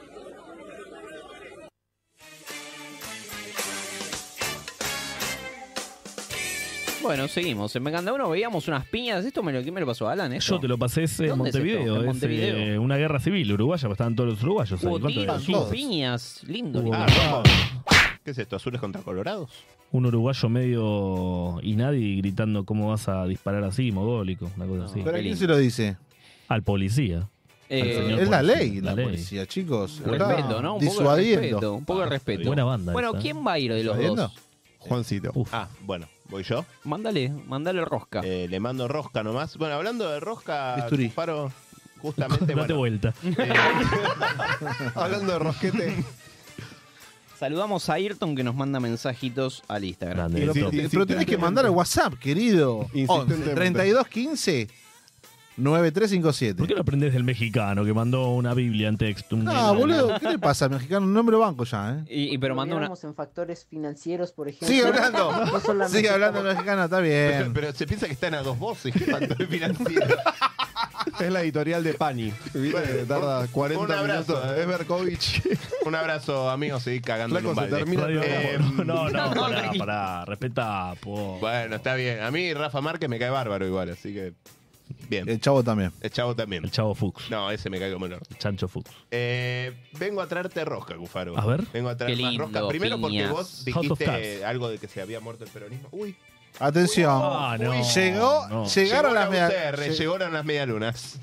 S3: Bueno, seguimos. En Me Encanta Uno veíamos unas piñas. ¿Quién me lo pasó, Alan? ¿Esto?
S5: Yo te lo pasé, es
S3: ¿Dónde es esto?
S5: Montevideo.
S3: En
S5: Es
S3: Montevideo.
S5: una guerra civil uruguaya, porque estaban todos los uruguayos ahí.
S3: Hubo
S5: ¿Cuánto
S3: tiros,
S5: era?
S3: hubo piñas. Lindo.
S5: Hubo-
S3: lindo.
S2: Ah, vamos. ¿Qué es esto? ¿Azules contra colorados?
S5: Un uruguayo medio y nadie gritando cómo vas a disparar así, mogólico, una cosa así.
S7: ¿Pero a quién se lo dice?
S5: Al policía. señor
S7: Es la
S5: policía,
S7: ley, la
S5: ley.
S7: policía, chicos.
S3: Respeto, ¿no? Un poco de
S7: Disuadiendo.
S3: respeto. Un poco de respeto.
S5: Buena banda
S3: Bueno,
S5: esa, ¿eh?
S3: ¿quién va a ir de los
S7: ¿Disuadiendo?
S3: dos?
S4: Juancito.
S2: Ah, bueno, voy yo.
S3: Mándale rosca.
S2: Le mando rosca nomás. Bueno, hablando de rosca,
S7: Bisturí.
S2: Cufaro, justamente.
S5: Date
S2: bueno,
S5: vuelta.
S4: Hablando de rosquete.
S3: Saludamos a Ayrton que nos manda mensajitos al Instagram.
S5: Grande.
S7: Pero tenés que mandar al WhatsApp, querido.
S4: Insistentemente.
S7: 3215 9357.
S5: ¿Por qué no aprendes del mexicano que mandó una Biblia en texto?
S7: No, boludo, ¿qué te pasa, mexicano? No me lo banco ya, ¿eh?
S3: Pero mandó una.
S10: En factores financieros, por ejemplo.
S7: Sigue hablando.
S10: No solamente
S7: Sigue hablando mexicano, está bien.
S2: pero se piensa que están a dos voces. ¿Qué factor financiero?
S4: Es la editorial de Pani. ¿Viste? Que tarda 40
S2: un abrazo,
S4: minutos. Es Berkovich.
S2: Un abrazo, amigos. Seguí cagando en
S4: Flaco,
S2: un
S4: se
S2: balde.
S4: termina.
S5: No, pará, respetá, po.
S2: Bueno, está bien. A mí Rafa Márquez me cae bárbaro igual, así que... Bien.
S7: El chavo también.
S2: El Chavo también.
S5: El Chavo Fuchs.
S2: No, ese me cae como el orto.
S5: Chancho Fuchs.
S2: Vengo a traerte rosca, Cufaro.
S5: A ver.
S2: Vengo a traer
S3: Qué
S2: más
S3: lindo,
S2: rosca. Primero porque
S3: piñas.
S2: vos
S5: House of
S2: dijiste
S5: Cards.
S2: algo de que se había muerto el peronismo. Uy.
S7: Atención.
S5: Ah, no.
S7: Llegaron
S2: Llegó
S7: las
S2: la UTR,
S7: medias.
S2: llegaron las medialunas.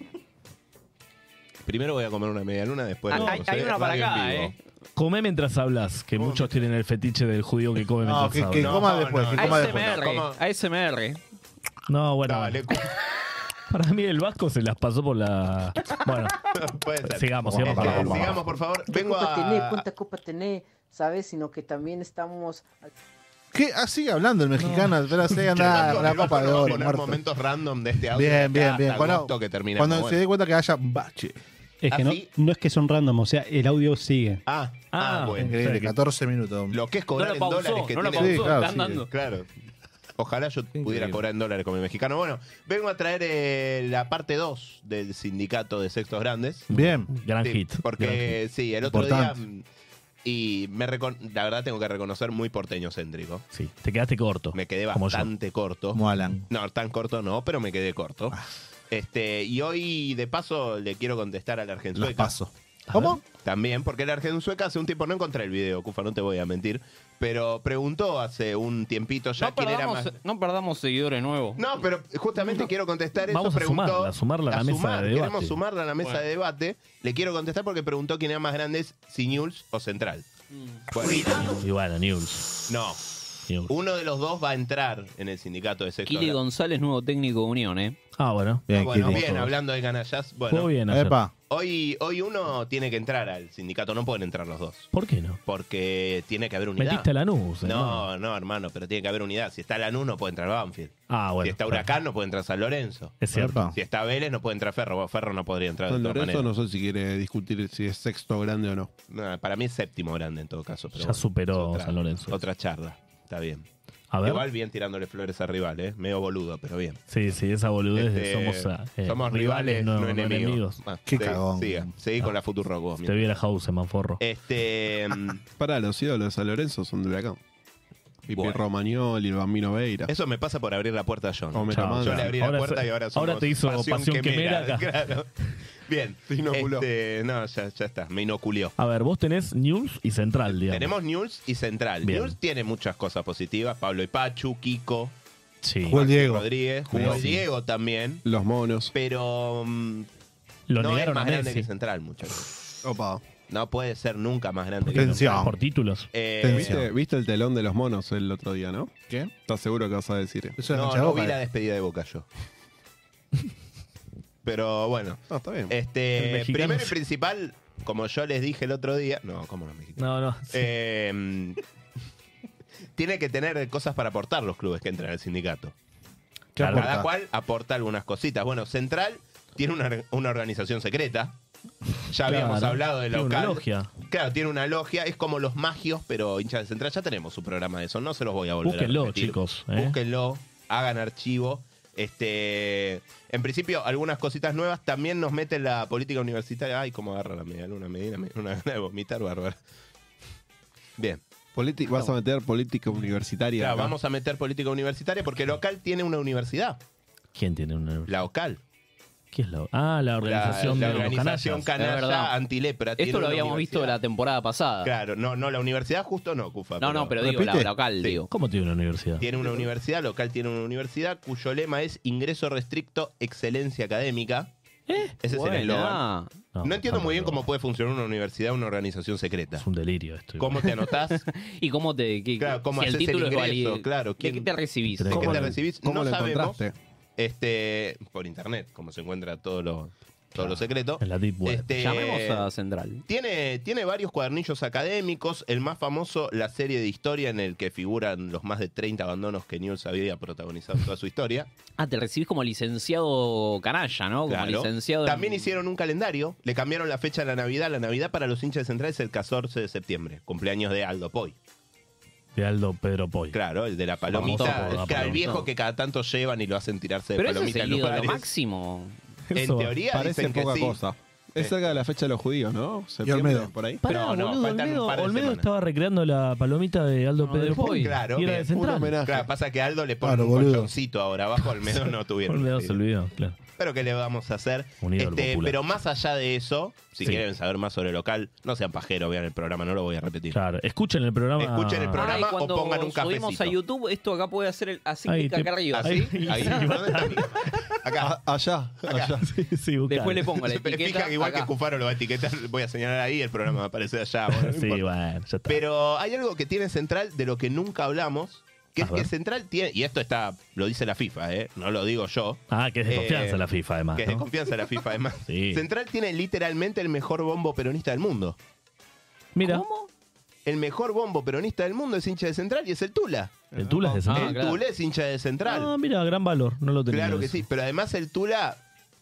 S2: Primero voy a comer una medialuna, después...
S3: Hay una para
S2: radio en
S3: acá,
S2: vivo.
S5: Come mientras hablas, que muchos tienen el fetiche del judío que come
S7: No,
S5: mientras
S7: que
S5: habla.
S7: coma después, que coma después.
S3: ASMR.
S5: No, bueno.
S2: Dale,
S5: Para mí el Vasco se las pasó por la... Bueno,
S2: puede ser.
S5: sigamos.
S2: Sigamos, por favor. Vengo
S10: Copa tenés,
S2: a...
S10: cuánta copa tenés, ¿sabes? Sino que también estamos...
S7: ¿Qué? Ah, sigue hablando el mexicano. Pero se
S2: El
S7: anda
S2: Vasco-
S7: con la
S2: el Vasco
S7: copa de
S2: nos va a
S7: oro,
S2: poner
S7: muerto.
S2: momentos random de este audio.
S7: Bien,
S2: de acá
S7: bien, bien.
S2: hasta
S7: Cuando,
S2: agosto que terminamos.
S7: cuando se dé cuenta que haya un bache.
S8: Es que
S2: ¿Ah,
S8: no,
S2: sí?
S8: no es que son random, o sea, el audio sigue.
S2: Bueno.
S7: Increíble, 14 minutos.
S2: Lo que es cobrar
S3: No lo
S2: en
S3: pausó,
S2: dólares que
S3: no lo
S2: tiene...
S7: Sí,
S3: pausó,
S7: claro,
S3: está
S7: sí.
S3: andando.
S2: Claro. Ojalá yo pudiera cobrar en dólares como el mexicano. Bueno, vengo a traer la parte 2 del sindicato de sextos grandes.
S7: Bien.
S5: Gran
S2: Sí,
S5: hit.
S2: Porque sí, el otro día...
S7: Importante.
S2: Y la verdad tengo que reconocer muy porteño céntrico.
S5: Sí, te quedaste corto.
S2: Me quedé
S5: Como yo.
S2: bastante corto.
S7: Como Alan.
S2: No, tan corto no, pero me quedé corto. Y hoy, de paso, le quiero contestar a la
S7: Los
S2: Argenzueca.
S7: paso. ¿Cómo?
S2: También, porque la Argenzueca hace un tiempo, no encontré el video, Cufa, no te voy a mentir, pero preguntó hace un tiempito ya quién era más...
S3: No perdamos seguidores nuevos.
S2: No, pero justamente quiero contestar eso.
S5: Vamos a
S2: preguntó,
S5: sumarla a la mesa de debate.
S2: Queremos sumarla a la mesa de debate. Le quiero contestar porque preguntó quién era más grande, si Newell's o Central. Bueno,
S5: Y bueno, News.
S2: no. Uno de los dos va a entrar en el sindicato de sexto
S3: Kili
S2: grado.
S3: González, nuevo técnico de Unión, ¿eh?
S5: Ah, bueno.
S7: Bien,
S2: Bueno,
S7: Kili.
S2: bien, hablando de canallas. Bueno,
S5: Jugó bien ayer.
S7: Epa.
S2: hoy uno tiene que entrar al sindicato, no pueden entrar los dos.
S5: ¿Por qué no?
S2: Porque tiene que haber unidad.
S5: Metiste a Lanús.
S2: No, hermano, pero tiene que haber unidad. Si está Lanús, no puede entrar Banfield.
S5: Ah, bueno.
S2: Si está Huracán, no puede entrar San Lorenzo.
S5: Es cierto.
S7: Epa.
S2: Si está Vélez, no puede entrar Ferro. Ferro no podría entrar de
S4: San
S2: todas
S4: Lorenzo
S2: maneras.
S4: no sé si quiere discutir si es sexto grande o no.
S2: No, para mí es séptimo grande en todo caso. Pero
S5: Ya
S2: bueno,
S5: superó
S2: es otra-
S5: San Lorenzo.
S2: Otra charla. Está bien.
S5: A ver.
S2: Igual bien tirándole flores a rival, medio boludo, pero bien.
S5: Sí, esa boludez de
S2: somos rivales, no enemigos.
S7: Qué cagón.
S2: Seguí con la Futurock vos.
S5: Te viera House, manforro.
S4: Pará, los ídolos de San Lorenzo son de Huracán. Pipi
S2: Bueno.
S4: Romagnoli, el Bambino Veira.
S2: Eso me pasa por abrir la puerta a John.
S4: Chao,
S2: Yo le abrí la puerta y ahora somos
S5: ahora te hizo Pasión Quemera acá.
S2: Claro. Bien.
S4: Te inoculó.
S2: No, ya está. Me inoculió.
S5: A ver, vos tenés News y Central, digamos.
S2: Tenemos News y Central.
S5: Bien.
S2: News tiene muchas cosas positivas. Pablo y Pachu, Kiko,
S5: Sí.
S7: Jugó el Diego.
S2: Rodríguez, jugó el
S5: Sí.
S2: Diego también.
S4: Los monos.
S2: Pero
S5: Lo
S2: no es
S5: negaron
S2: más
S5: a
S2: grande
S5: Messi.
S2: que Central, muchachos.
S4: Opa.
S2: No puede ser nunca más grande que
S7: Tensión.
S2: Central.
S5: Por títulos.
S4: ¿Viste el telón de los monos el otro día, no?
S7: ¿Qué?
S4: ¿Estás seguro que vas a decir?
S7: Eso es
S2: No,
S7: cancha de
S2: no
S7: Boca,
S2: vi la despedida de Boca yo. Pero bueno.
S4: No, está bien.
S5: El mexicano
S2: Primero y
S5: sí.
S2: principal, como yo les dije el otro día. No, ¿cómo no mexicano?
S5: No.
S2: Tiene que tener cosas para aportar los clubes que entran al sindicato.
S7: ¿Qué
S5: Claro.
S7: aporta?
S2: Cada cual aporta algunas cositas. Bueno, Central tiene una organización secreta. Ya habíamos
S5: Claro.
S2: hablado de
S5: Tiene
S2: local.
S5: una logia.
S2: Claro, tiene una logia. Es como los magios, pero hinchas de Central. Ya tenemos su programa de eso. No se los voy a volver
S5: Búsquenlo,
S2: a repetir.
S5: chicos.
S2: Búsquenlo, hagan archivo. En principio, algunas cositas nuevas. También nos mete la política universitaria. Ay, cómo agarra la medialuna. Una gana de vomitar, bárbaro. Bien.
S4: Vas a meter política universitaria.
S2: Claro,
S4: acá.
S2: vamos a meter política universitaria porque local tiene una universidad.
S5: ¿Quién tiene una?
S2: La OCAL.
S5: ¿Qué es la? Ah, la organización
S2: la
S5: de los
S2: organización
S5: canallas.
S3: Es verdad.
S2: canalla antilepra. tiene
S3: Esto lo
S2: una
S3: habíamos visto
S2: universidad.
S3: la temporada pasada.
S2: Claro, no, la universidad justo no, Cufa.
S3: No, pero digo,
S7: ¿Repite?
S3: la local,
S2: Sí.
S3: digo.
S5: ¿Cómo tiene una universidad?
S2: Tiene una universidad, local tiene una universidad, cuyo lema es ingreso restricto, excelencia académica. Ese es el eslogan. No entiendo muy bien cómo puede funcionar una universidad o una organización secreta.
S5: Es un delirio esto.
S2: ¿Cómo te anotás?
S3: ¿Y cómo te.?
S2: Claro, ¿cómo
S3: si el
S2: haces el
S3: título es
S2: ingreso?
S3: válido?
S2: Claro,
S3: ¿De qué te recibís?
S2: ¿De qué
S4: ¿Cómo
S2: te
S4: lo-
S2: recibís?
S4: cómo
S2: No
S4: lo
S2: sabemos.
S4: encontraste?
S2: Por internet, como se encuentra todo lo secreto.
S5: En la Deep Web.
S3: Llamemos a Central.
S2: Tiene varios cuadernillos académicos. El más famoso, la serie de historia en el que figuran los más de 30 abandonos que News había protagonizado en toda su historia.
S3: Ah, te recibís como licenciado canalla, ¿no? Como
S2: Claro.
S3: licenciado.
S2: También hicieron un calendario. Le cambiaron la fecha a la Navidad. La Navidad para los hinchas de Central es el 14 de septiembre. Cumpleaños de Aldo Poy.
S5: De Aldo Pedro Poy.
S2: Claro, el de la palomita.
S5: Famoso por la
S2: Claro, el
S5: palomita.
S2: viejo que cada tanto llevan y lo hacen tirarse de
S3: Pero ese es
S2: palomita en
S3: el
S2: los
S3: ídolo
S2: bares.
S3: máximo.
S2: En
S5: Eso
S2: teoría
S4: Parece
S2: dicen que
S4: poca
S2: sí.
S4: cosa. Es cerca de la fecha de los judíos, ¿no? Septiembre,
S7: Olmedo.
S4: por ahí.
S5: Pará,
S2: Pero no,
S5: boludo,
S2: faltan un par de
S5: Olmedo
S2: semanas.
S5: estaba recreando la palomita de Aldo
S3: No,
S5: Pedro
S3: de Poy.
S5: Poy.
S2: Claro,
S5: y era de
S2: bien.
S5: Central.
S4: Un homenaje.
S2: Claro, pasa que Aldo le pone
S7: Claro,
S2: un
S7: boludo.
S2: colchoncito ahora abajo. Almedo no tuvieron.
S5: Olmedo se olvidó, claro.
S2: Pero ¿qué le vamos a hacer?
S5: Un ídolo popular.
S2: Pero más allá de eso, si
S5: Sí.
S2: quieren saber más sobre el local, no sean pajeros, vean el programa, no lo voy a repetir.
S5: Claro, escuchen el programa.
S2: Escuchen el programa.
S3: Ah, y cuando
S2: o pongan un
S3: subimos
S2: cafecito.
S3: a YouTube, esto acá puede hacer así
S5: Ahí
S3: clic
S5: te-
S3: acá arriba.
S2: ¿Así?
S5: Ahí-
S2: Ahí. ¿Dónde está mi- Acá.
S4: Allá.
S5: Sí, buscá.
S3: Después le pongo la
S2: Pero
S3: etiqueta.
S2: fijan que igual
S3: acá.
S2: que Cufaro lo va a etiquetar, voy a señalar ahí, el programa va a aparecer allá. Bueno, no
S5: Sí,
S2: importa.
S5: bueno, ya está.
S2: Pero hay algo que tiene Central de lo que nunca hablamos, que
S5: A
S2: es que
S5: ver.
S2: Central tiene, y esto lo dice la FIFA, no lo digo yo,
S5: Ah, que es de confianza la FIFA, además.
S2: que es de
S5: ¿no?
S2: confianza la FIFA además.
S5: Sí.
S2: Central tiene literalmente el mejor bombo peronista del mundo.
S5: Mira,
S3: ¿Cómo?
S2: El mejor bombo peronista del mundo es hincha de Central y es el Tula.
S5: el Tula es de Central.
S2: El
S3: claro.
S2: Tula es hincha de Central.
S5: Ah, mira, gran valor. No lo tenía.
S2: Claro que
S5: eso.
S2: sí, pero además el Tula,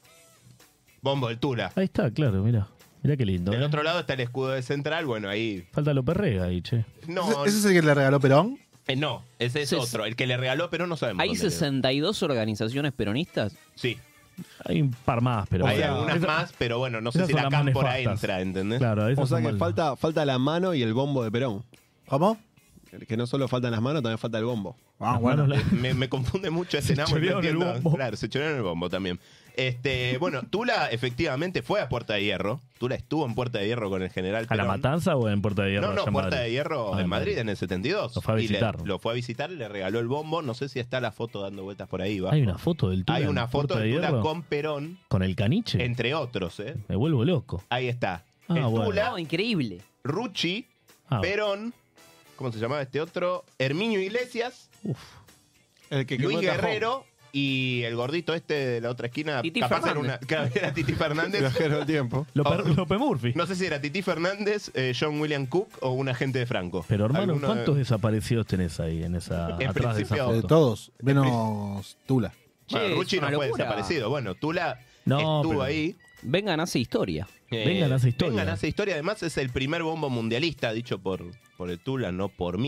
S2: bombo del Tula.
S5: Ahí está, claro, mira. Mira qué lindo.
S2: Del
S5: ¿eh?
S2: otro lado está el escudo de Central, bueno, ahí...
S5: Falta López Rega ahí, che.
S2: No,
S7: ¿Ese es el que le regaló Perón?
S2: no, ese es
S3: Ese es-
S2: otro, el que le regaló, pero no sabemos
S3: ¿Hay
S2: dónde quedó.
S3: 62 organizaciones peronistas?
S2: Sí,
S5: Hay un par más, pero.
S2: hay
S5: bueno,
S2: algunas
S5: esa-
S2: más, pero bueno, no sé
S5: esas
S2: si
S5: son
S2: la
S5: las más
S2: cámpora
S5: nefastas.
S2: entra, ¿entendés?
S5: Claro, esas
S4: O sea
S5: son
S4: que
S5: mal-
S4: falta la mano y el bombo de Perón.
S7: ¿Cómo?
S4: Que no solo faltan las manos, también falta el bombo.
S7: Ah,
S5: las
S7: bueno.
S5: manos la-
S2: Me confunde mucho ese
S5: Se
S2: nombre. No
S5: chorearon el
S2: entiendo.
S5: bombo.
S2: Claro, se chorearon el bombo también. Bueno, Tula efectivamente fue a Puerta de Hierro. Tula estuvo en Puerta de Hierro con el general
S5: ¿A la
S2: Perón.
S5: Matanza o en Puerta de Hierro?
S2: No,
S5: allá en
S2: Puerta
S5: Madrid?
S2: de Hierro
S5: Ah,
S2: en Madrid en el 72.
S5: Lo fue a
S2: Y
S5: visitar.
S2: lo fue a visitar, le regaló el bombo. No sé si está la foto dando vueltas por ahí.
S5: Hay una foto del Tula.
S2: Hay
S5: en
S2: una foto
S5: Puerta
S2: de Tula
S5: Hierro
S2: con Perón,
S5: con el caniche.
S2: entre otros.
S5: Me vuelvo loco.
S2: Ahí está.
S5: Ah,
S2: el
S5: bueno.
S2: Tula,
S3: No, increíble.
S2: Rucci,
S5: Ah,
S2: Perón, ¿cómo se llamaba este otro? Herminio Iglesias,
S5: uf.
S4: El que
S2: Luis
S4: quemó el cajón.
S2: Guerrero y el gordito este de la otra esquina.
S3: Titi
S2: capaz era
S3: Fernández.
S2: claro, era Titi Fernández.
S4: Viajero del tiempo.
S5: López Murphy.
S2: No sé si era Titi Fernández, John William Cook o un agente de Franco.
S5: Pero hermano,
S2: Alguno de-
S5: ¿cuántos desaparecidos tenés ahí en esa
S2: En
S5: atrás de esa
S2: principio,
S7: De
S5: foto?
S7: todos, menos Tula.
S2: Bueno,
S3: Che,
S2: Rucci
S3: es
S2: no
S3: una
S2: fue
S3: locura.
S2: desaparecido. Bueno, Tula
S5: No,
S2: estuvo
S5: pero-
S2: ahí.
S3: Vengan, hace historia.
S5: Vengan, hace historia.
S2: Vengan, hace historia. Además, es el primer bombo mundialista, dicho por el Tula, no por mí.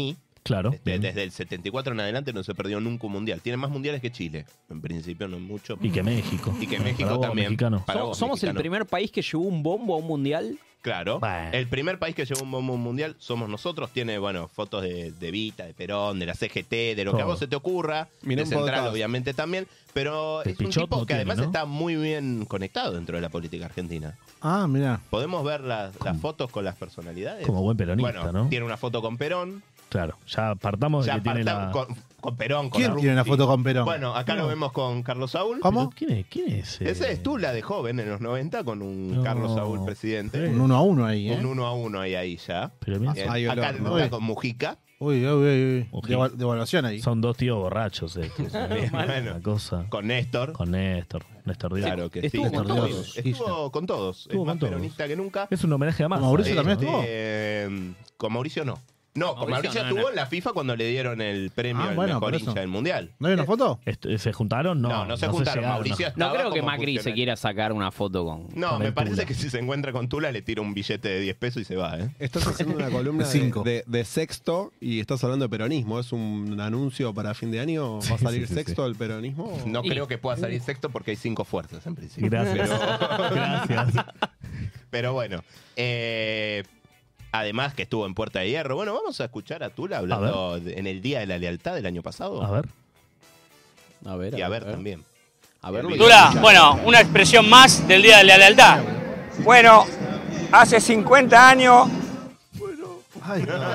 S5: Claro.
S2: Desde el 74 en adelante no se perdió nunca un mundial. Tiene más mundiales que Chile. En principio no mucho.
S5: Y que México.
S2: Y que México
S5: Para vos,
S2: también.
S5: mexicano.
S2: Para vos,
S3: ¿Somos el
S2: mexicano.
S3: primer país que llevó un bombo a un mundial?
S2: Claro.
S5: Bueno.
S2: El primer país que llevó un bombo mundial somos nosotros. Tiene, bueno, fotos de Evita, de Perón, de la CGT, de lo que a
S5: Todo.
S2: vos se te ocurra.
S4: Mirá
S2: de
S4: un
S2: Central,
S4: podcast.
S2: obviamente, también. Pero
S5: El
S2: es un
S5: Pichot
S2: tipo
S5: no
S2: que
S5: tiene,
S2: además
S5: ¿no?
S2: está muy bien conectado dentro de la política argentina.
S7: Ah, mirá.
S2: Podemos ver las fotos con las personalidades.
S5: Como buen peronista,
S2: Bueno,
S5: ¿no?
S2: tiene una foto con Perón.
S5: Claro, ya partamos de
S2: Ya
S5: que tiene la...
S2: con Perón, con
S7: ¿Quién
S2: Arruti.
S7: tiene una foto con Perón?
S2: Bueno, acá lo vemos con Carlos Saúl.
S7: ¿Cómo?
S5: ¿Quién es?
S2: Ese es Tula de joven en los 90 con un
S5: No.
S2: Carlos Saúl presidente.
S7: Un 1-1 ahí, ¿eh?
S2: Un 1-1 ahí ya.
S5: Pero mira,
S2: Bien.
S4: Hay
S2: Acá
S4: olor, ¿no?
S2: está con Mujica.
S7: Uy, uy, uy.
S5: Ojo.
S7: Devaluación ahí.
S5: son dos tíos borrachos estos.
S2: Bueno,
S5: Una cosa.
S2: con Néstor.
S5: Con Néstor Díaz.
S2: Claro que sí.
S3: Estuvo con
S2: Estuvo
S3: todos.
S2: Estuvo con todos.
S5: Estuvo
S2: Es más
S5: con todos.
S2: peronista que nunca.
S5: Es un homenaje a Massa.
S7: Mauricio también
S2: Este,
S7: estuvo.
S2: Con Mauricio no. No, con Mauricio
S3: no,
S2: estuvo
S3: no.
S2: en la FIFA cuando le dieron el premio
S7: Ah,
S2: al
S7: bueno,
S2: mejor
S7: por eso.
S2: hincha del mundial.
S7: ¿No hay una foto?
S5: ¿Se juntaron?
S2: No se juntaron.
S5: llegaron,
S2: Mauricio
S5: no.
S2: estaba
S3: No creo que
S2: como
S3: Macri se
S2: funcionario.
S3: quiera sacar una foto con...
S2: No,
S5: con
S2: me
S5: el
S2: parece
S5: Tula.
S2: que si se encuentra con Tula le tira un billete de 10 pesos y se va, ¿eh?
S4: Estás haciendo una columna de,
S7: Cinco.
S4: de Sexto y estás hablando de peronismo. ¿Es un anuncio para fin de año? ¿Va a salir
S5: sí,
S4: Sexto del peronismo?
S2: No
S3: Y-
S2: creo que pueda salir sexto porque hay 5 fuerzas en principio.
S5: Gracias. Gracias.
S2: Pero bueno, además que estuvo en Puerta de Hierro. Bueno, vamos a escuchar a Tula hablando en el Día de la Lealtad del año pasado.
S5: A ver.
S3: A ver,
S2: Y a ver también.
S3: A ver,
S11: Tula, bueno, una expresión más del Día de la Lealtad. Bueno, hace 50 años
S7: Ay, no.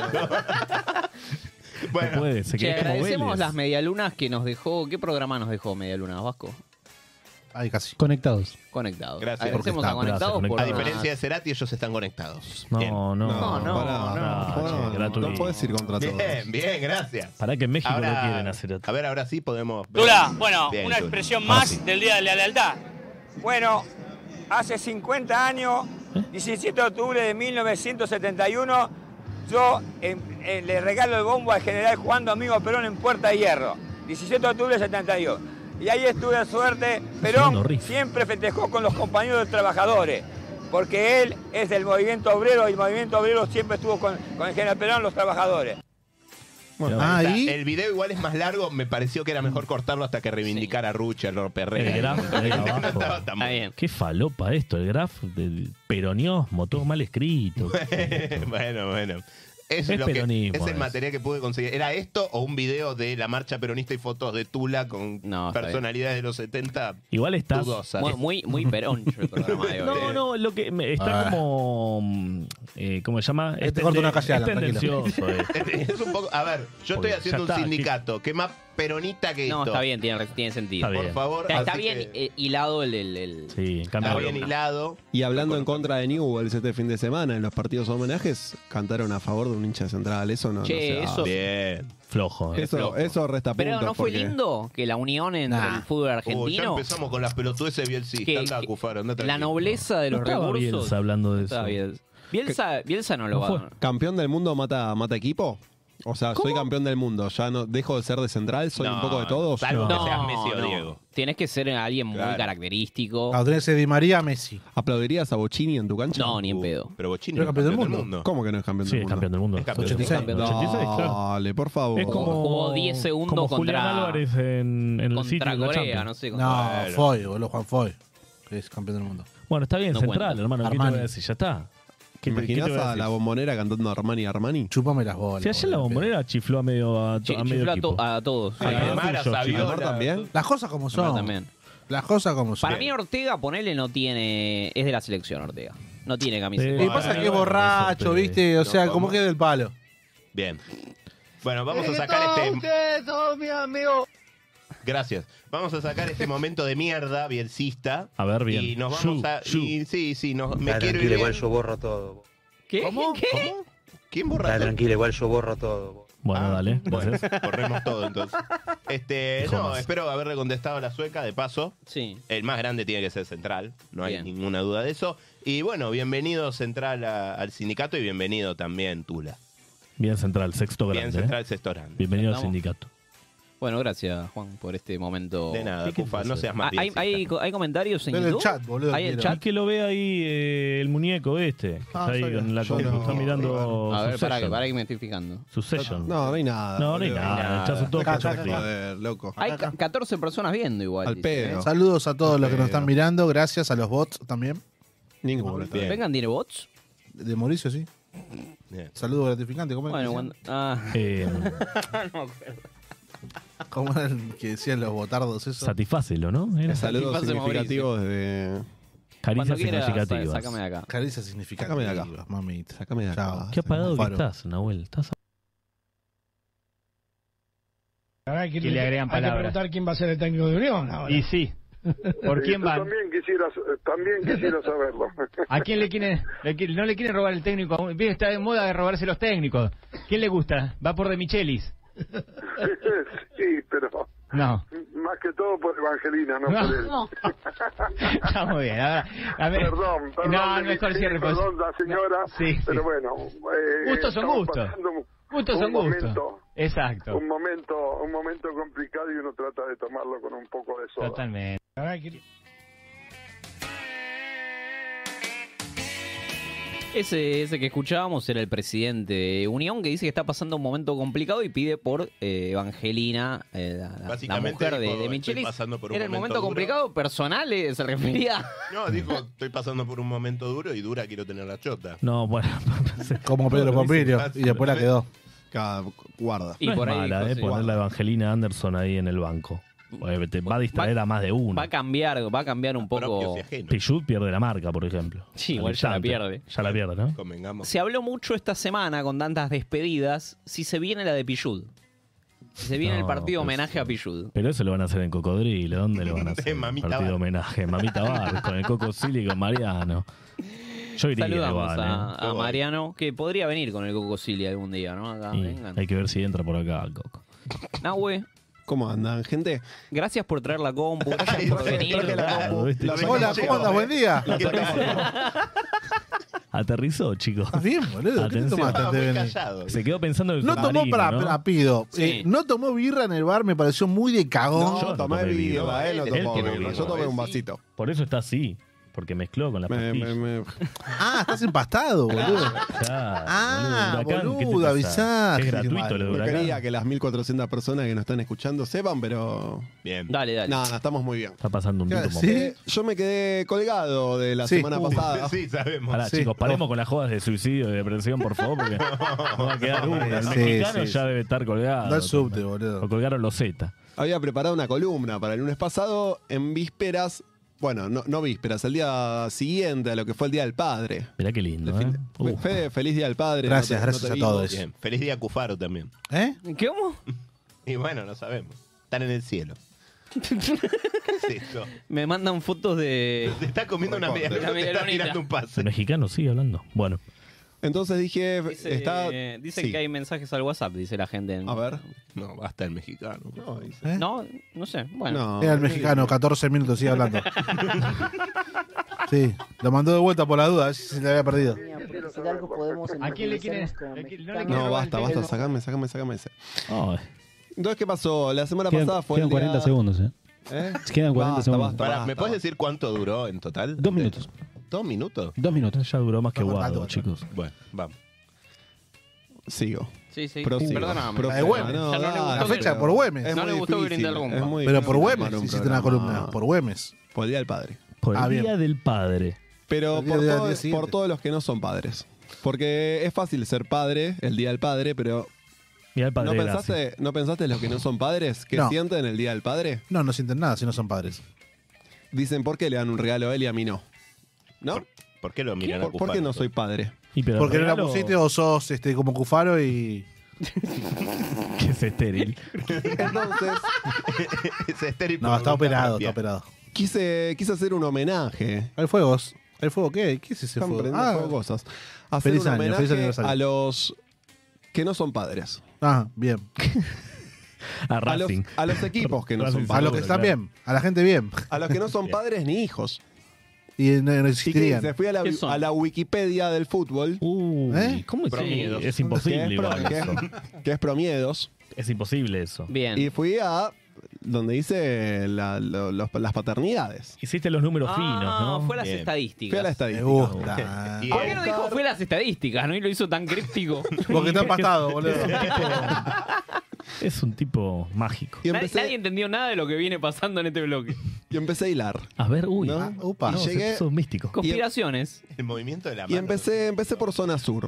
S5: No
S2: Bueno,
S5: puede, se
S3: Che,
S5: queda como
S3: agradecemos
S5: Vélez.
S3: las medialunas que nos dejó... ¿Qué programa nos dejó Medialunas, Vasco?
S7: Ay, casi.
S8: Conectados.
S3: Conectados.
S2: Gracias.
S3: Agradecemos a
S7: Porque está-
S3: Conectados
S5: gracias,
S3: por...
S2: a
S5: Conectados.
S2: diferencia de Cerati, ellos están conectados.
S5: No,
S2: Bien.
S5: no,
S3: No,
S5: che, gratuito.
S4: no puedes ir contra todos.
S2: Bien, bien, gracias.
S5: Para que en México
S2: Ahora,
S5: no quieren hacer
S2: a ver, ahora sí podemos ver.
S11: Tula, bueno,
S2: Bien,
S11: una
S2: Tula.
S11: expresión
S2: Ahora
S11: más
S2: sí.
S11: del Día de la Lealtad. Bueno, hace 50 años, 17 de octubre de 1971, yo le regalo el bombo al general Juan Domingo Perón en Puerta de Hierro. 17 de octubre de 71. Y ahí estuve de suerte. Perón siempre festejó con los compañeros de trabajadores, porque él es del movimiento obrero y el movimiento obrero siempre estuvo con el general Perón, los trabajadores.
S2: Bueno,
S7: ahí-
S2: el video igual es más largo, me pareció que era mejor cortarlo hasta que reivindicara a Rucha, el Perrera.
S5: El graf ahí abajo.
S2: No estaba tan
S3: Está bien.
S5: Qué falopa esto, el graf del peronismo, todo mal escrito.
S2: bueno. Es
S5: Es
S2: lo que
S5: peronismo,
S2: es el
S5: es.
S2: material que pude conseguir. ¿Era esto o un video de la marcha peronista y fotos de Tula con
S3: No, está
S2: personalidades de los 70
S5: Igual estás...
S2: dudosas?
S3: Muy peroncho el programa de hoy.
S5: No, lo que está
S7: Ah.
S5: como... ¿cómo se llama?
S7: Te corto una calle,
S5: es
S7: Alan, tranquilo.
S5: tendencioso.
S2: Es un poco, a ver, yo
S5: Porque
S2: estoy haciendo
S5: ya
S2: un
S5: está,
S2: sindicato que es más peronista que
S3: No,
S2: esto.
S3: está bien, tiene sentido.
S5: Está
S2: Por
S5: bien.
S2: favor,
S3: Está
S2: así
S3: bien
S2: que
S3: hilado el...
S5: Sí, en cambio...
S2: está bien hilado.
S4: Y hablando en contra de Newell's este fin de semana, en los partidos homenajes, cantaron a favor de un hincha central. Eso no,
S3: Che,
S4: no se
S3: eso-
S4: hace.
S2: Bien.
S5: Flojo.
S4: Eso resta puntos.
S3: Pero ¿no fue
S4: porque-
S3: lindo que la unión entre
S7: Nah.
S3: el fútbol
S2: Ya
S3: argentino,
S2: empezamos con las pelotudeces
S3: Que-
S2: Anda, Cufaro, anda
S3: la
S2: tranquilo.
S3: nobleza de los
S5: Estaba
S3: recursos...
S5: Bielsa hablando de eso.
S3: Estaba Bielsa no lo
S5: No
S3: va
S5: fue.
S3: a...
S4: ¿Campeón del mundo mata equipo? O sea, soy campeón del mundo. Ya no dejo de ser de central, soy un poco de todos.
S2: Salvo que
S5: No.
S2: seas Messi o Diego.
S3: Tienes que ser alguien muy
S2: Claro.
S3: característico.
S7: Cuando tenés Di María, Messi.
S4: ¿Aplaudirías a Bocini en tu cancha?
S3: No, ni en pedo.
S2: Pero Bochini
S7: Pero
S2: es
S7: campeón del mundo.
S4: ¿Cómo que no es campeón
S5: Sí,
S4: del
S5: es
S4: mundo?
S5: campeón del mundo.
S2: Es campeón.
S7: 86.
S5: 86, claro.
S4: Dale, por favor.
S5: Es como,
S3: Jugó 10 segundos
S5: como
S3: contra-
S5: Julián Álvarez en el City
S3: Contra
S5: en la
S3: Corea,
S5: Champions.
S3: no sé.
S7: No,
S2: Claro.
S7: Foy, boludo, Juan Foy, que es campeón del mundo.
S5: Bueno, está bien,
S3: No
S5: central,
S3: cuenta.
S5: hermano. ¿Qué te
S7: Armani.
S5: voy a decir? Ya está.
S4: ¿Te
S5: ¿Qué
S4: imaginas
S5: te voy a
S4: a
S5: decir?
S4: la bombonera cantando Armani?
S7: Chúpame las bolas.
S5: Si ayer la
S7: boludo.
S5: bombonera chifló a medio
S3: Chifló
S5: equipo.
S3: a todos.
S5: Ah,
S2: Aymara,
S5: Yo,
S2: Saviola,
S4: Neymar también.
S7: Las cosas como
S3: Neymar
S7: son.
S3: también.
S7: Las cosas como son.
S3: Para mí Ortega, ponele, no tiene... Es de la selección Ortega. No tiene camiseta.
S7: Lo que pasa es que es borracho,
S5: Bueno,
S7: ¿viste? O sea,
S2: No,
S7: como
S2: ¿cómo?
S7: que del palo.
S2: Bien. Bueno, vamos a sacar este... Gracias. Vamos a sacar este momento de mierda bielcista.
S5: A ver, bien.
S2: Y nos vamos
S5: Shu,
S2: a...
S5: Shu.
S2: y sí, me quiero ir
S12: Tranquilo,
S2: bien.
S12: igual yo borro todo.
S3: ¿Qué?
S2: ¿Cómo?
S3: ¿Qué?
S2: ¿Cómo? ¿Quién borra todo?
S12: Tranquilo, igual yo borro todo.
S5: Bueno, dale.
S2: Bueno,
S5: Gracias.
S2: corremos todo entonces.
S5: Dijo
S2: No,
S5: más.
S2: espero haberle contestado a la sueca de paso.
S3: Sí.
S2: El más grande tiene que ser Central, no hay
S3: Bien.
S2: ninguna duda de eso. Y bueno, bienvenido Central al sindicato y bienvenido también Tula.
S5: Bien central, sexto
S2: Bien
S5: grande.
S2: Central, sexto grande.
S5: Bienvenido al
S3: Estamos.
S5: sindicato.
S3: Bueno, gracias, Juan, por este momento.
S2: De nada, Cufa, no seas más
S3: ¿Hay comentarios en
S7: Ven el
S3: YouTube?
S7: chat, boludo.
S3: ¿Hay el
S5: Y
S3: chat?
S5: que lo ve ahí el muñeco este. Que está ahí
S7: sabía.
S5: con la
S7: Yo
S5: compu,
S7: no.
S5: está mirando
S3: A ver,
S5: Succession.
S3: para que me estoy fijando.
S5: Succession.
S4: No, no hay nada.
S5: No hay
S4: boludo.
S5: nada. Ya son todos
S7: Acá,
S5: cachorros.
S7: acá.
S4: Joder, loco.
S3: Hay 14 personas viendo igual.
S4: Al
S3: dice,
S4: pedo.
S7: Saludos a todos los que nos
S4: Pero-
S7: están mirando. Gracias a los bots también.
S4: Ninguno.
S2: Bien.
S3: ¿Vengan, tiene bots?
S7: De Mauricio, sí.
S2: Bien.
S7: Saludos gratificantes. ¿Cómo era
S3: Bueno,
S7: que
S3: cuando...
S7: ¿Cómo era el que decían los botardos eso?
S5: Satisfácelo, ¿no? Era
S4: Saludos
S3: Satisface
S4: significativos de...
S5: caricias
S3: Cuando quieras,
S5: significativas.
S3: sácame de acá.
S7: Caricias significativas.
S4: Sácame de acá.
S7: Mamita.
S4: Sácame de acá.
S7: Chao.
S5: Qué apagado que
S7: Faro.
S5: estás, Nahuel. ¿Estás
S13: Que le agregan palabras. Hay que preguntar quién va a ser el técnico de Unión ahora. Y sí. ¿Por quién
S14: Yo
S13: va?
S14: también quisiera saberlo.
S13: ¿A quién no le quiere robar el técnico? Viste, está de moda de robarse los técnicos. ¿Quién le gusta? Va por De Michelis.
S14: Sí, pero
S13: No.
S14: más que todo por Evangelina, no por él.
S13: No. Está muy bien. A ver.
S14: Perdón,
S13: No,
S14: de
S13: mejor
S14: mi-
S13: cierre. pues.
S14: perdón la señora,
S13: Sí,
S14: pero
S13: sí.
S14: bueno.
S13: Gustos son
S14: estamos
S13: gustos.
S14: pasando
S13: Gustos son
S14: un
S13: gustos.
S14: momento-
S13: Exacto.
S14: Un momento complicado y uno trata de tomarlo con un poco de soda.
S13: Totalmente.
S3: Ese que escuchábamos era el presidente de Unión, que dice que está pasando un momento complicado y pide por Evangelina, la
S2: Básicamente
S3: mujer
S2: dijo,
S3: de
S2: "Estoy
S3: Michelis".
S2: pasando por un
S3: ¿Era el
S2: momento
S3: momento
S2: duro.
S3: complicado personal? ¿Se refería?
S2: No, dijo, estoy pasando por un momento duro y dura quiero tener la chota.
S5: No, bueno.
S7: Como Pedro Pompirio. Y después la quedó.
S4: Guarda.
S3: Y
S5: No
S3: por
S5: es
S3: ahí
S5: mala,
S3: dijo, sí.
S5: poner la Evangelina Anderson ahí en el banco. Te va a distraer a más de uno.
S3: Va a cambiar un poco.
S5: Pichut pierde la marca, por ejemplo.
S3: Sí,
S5: Al
S3: igual ya la
S5: instante.
S3: pierde.
S5: Ya la pierde, ¿no?
S2: Convengamos.
S3: Se habló mucho esta semana con tantas despedidas si se viene la de Pichud. Si se viene
S5: No,
S3: el partido
S5: pues,
S3: homenaje a Pichud.
S5: Pero eso lo van a hacer en Cocodrilo. ¿Dónde lo van a hacer?
S2: Mamita
S5: partido
S2: Bar.
S5: homenaje. Mamita Bar, con el Coco Silly y con Mariano. Yo iría
S3: Saludamos
S5: igual,
S3: a Mariano, que podría venir con el Coco Silly algún día, ¿no? Acá,
S5: Y
S3: vengan.
S5: hay que ver si entra por acá el Coco.
S3: Nahue,
S4: ¿Cómo andan, gente?
S3: gracias por traer la compu, gracias por venir.
S7: Hola, ¿cómo andas? Buen día.
S5: Aterrizó, chicos.
S7: ¿Estás bien, boludo? ¿Qué te
S5: Atención.
S7: tomaste antes de venir?
S5: Se quedó pensando en el
S7: No tomó
S5: submarino,
S7: para
S5: ¿no?
S7: rápido.
S3: Sí.
S7: No tomó birra en el bar, me pareció muy de cagón.
S4: Yo tomé birra, él no
S5: Él
S4: tomó
S5: tomó
S4: birra.
S5: birra,
S4: Yo tomé un vasito.
S5: Por eso está así. Porque mezcló con las pastillas.
S7: Ah, estás empastado, boludo.
S5: Claro,
S7: Ah,
S5: Huracán, ¿qué te
S7: boludo,
S5: pasa?
S7: avisá.
S5: Es gratuito lo de
S4: No
S5: Huracán.
S4: quería que las 1400 personas que nos están escuchando sepan, pero.
S2: Bien.
S3: Dale.
S4: No, estamos muy bien.
S5: Está pasando un duro
S7: ¿Sí?
S5: momento.
S4: Yo me quedé colgado de la
S7: Sí.
S4: semana pasada.
S2: Sí, sabemos.
S5: Pará,
S7: Sí.
S5: chicos, paremos con las jodas de suicidio y depresión, por favor, porque no va a quedar una. El
S7: Sí,
S5: mexicano
S7: sí,
S5: ya
S7: sí.
S5: debe estar colgado.
S7: Da el subte, boludo.
S5: Lo colgaron los Z.
S4: Había preparado una columna para el lunes pasado en vísperas. Bueno, no vísperas, el día siguiente a lo que fue el Día del Padre.
S5: Mirá qué lindo, ¿eh?
S4: Fede, feliz Día del Padre.
S7: Gracias,
S4: no te
S7: gracias a
S4: vimos.
S7: todos.
S2: Bien. Feliz día Cufaro también.
S7: ¿Eh?
S3: ¿Cómo?
S2: Y bueno, no sabemos. Están en el cielo. ¿Qué es esto?
S3: Me mandan fotos de.
S2: Te está comiendo una media.
S3: Una
S2: Te está
S3: medialunita.
S2: tirando un pase.
S5: El mexicano sigue hablando. Bueno,
S4: Entonces dije,
S3: Dicen
S4: sí.
S3: que hay mensajes al WhatsApp, dice la gente.
S4: A ver.
S2: No, basta el mexicano.
S4: No, dice.
S7: ¿Eh?
S3: No sé. Bueno.
S7: Era el mexicano, 14 minutos, sigue hablando. Sí, lo mandó de vuelta por la duda, a ver si se le había perdido.
S10: Porque si de algo podemos
S13: ¿A quién le quiere?
S10: enorgullecernos como mexicanos.
S4: No, basta, sacame ese.
S5: ay,
S4: Entonces, ¿qué pasó? La semana
S8: Quedan,
S4: pasada fue
S8: quedan
S4: el día...
S8: 40 segundos, ¿eh?
S4: ¿Eh?
S8: Quedan 40
S4: Basta,
S8: segundos.
S4: basta,
S2: Pará,
S4: basta,
S2: ¿me puedes
S4: basta.
S2: decir cuánto duró en total?
S8: 2 minutos.
S2: 2 minutos.
S8: 2 minutos.
S5: ya duró más que
S7: Está
S5: Guado,
S7: cortando,
S5: chicos.
S2: Bueno, vamos.
S4: Sigo.
S3: Sí.
S4: Prosigo.
S3: Perdóname.
S7: La de Güemes.
S3: Ya no le
S4: dale,
S3: gustó
S7: La fecha
S4: pero
S7: por Güemes.
S4: es
S3: No
S4: muy
S3: le gustó que
S4: difícil,
S3: interrumpa.
S4: es muy
S7: Pero
S4: difícil
S7: por Güemes
S4: armar un
S7: hiciste una
S4: programa.
S7: columna. Por Güemes.
S4: Por el Día del Padre.
S5: Por
S7: Ah,
S5: el
S7: bien.
S5: Día del Padre.
S4: Pero
S7: El día
S4: por,
S7: del
S4: todo-
S7: día siguiente.
S4: por todos los que no son padres. Porque es fácil ser padre el Día del Padre, pero
S5: Mira el padre.
S4: ¿no
S5: de Gracia.
S4: pensaste los que no son padres? ¿Qué
S7: No.
S4: sienten el Día del Padre?
S7: No sienten nada si no son padres.
S4: Dicen, ¿por qué le dan un regalo a él y a mí no? ¿No?
S2: ¿Por qué lo miran a
S4: ¿Por qué no soy padre?
S5: Y pero
S7: Porque
S5: el
S7: no la
S5: regalo-
S7: pusiste o sos como Cufaro y.
S5: Que es estéril.
S4: Entonces,
S2: Es estéril,
S7: No,
S2: pero
S7: está
S2: nunca
S7: operado,
S2: terapia.
S7: está operado.
S4: quise hacer un homenaje.
S7: Hay fuegos. ¿Hay fuego qué? ¿Qué es ese
S4: Están
S7: fuego?
S4: prendiendo fuego cosas. Hacer
S7: Feliz
S4: un
S7: año, feliz
S4: homenaje
S7: aniversario.
S4: a los que no son padres.
S7: Ah, bien.
S5: A
S4: A los,
S5: Racing.
S4: a los equipos que no
S5: Racing
S4: son
S7: A
S4: padres.
S7: los que están bien. A la gente bien.
S4: A los que no son padres ni hijos.
S7: Y no
S4: ¿Y qué
S7: existirían.
S4: dice? Fui a
S3: ¿Qué son?
S4: la Wikipedia del fútbol.
S5: Uy,
S7: ¿Eh?
S5: ¿cómo es?
S2: Promiedos.
S5: Es imposible igual eso.
S4: que es Promiedos.
S5: Es imposible eso.
S3: Bien.
S4: Y fui a donde hice las paternidades.
S5: Hiciste los números finos, ¿no?
S3: Fue las estadísticas.
S4: Fui a la estadística.
S7: Me gusta.
S3: ¿Por qué no dijo fue las estadísticas, no? Y lo hizo tan críptico.
S7: Porque está empatado, boludo.
S5: Es un tipo mágico.
S4: Y
S3: Nadie entendió nada de lo que viene pasando en este bloque.
S4: Y empecé a hilar.
S5: A ver, uy.
S4: ¿no?
S7: Upa.
S4: Y llegué.
S5: Eso es místico.
S3: Conspiraciones.
S2: El movimiento de la
S4: Y
S2: mano.
S4: empecé por zona sur.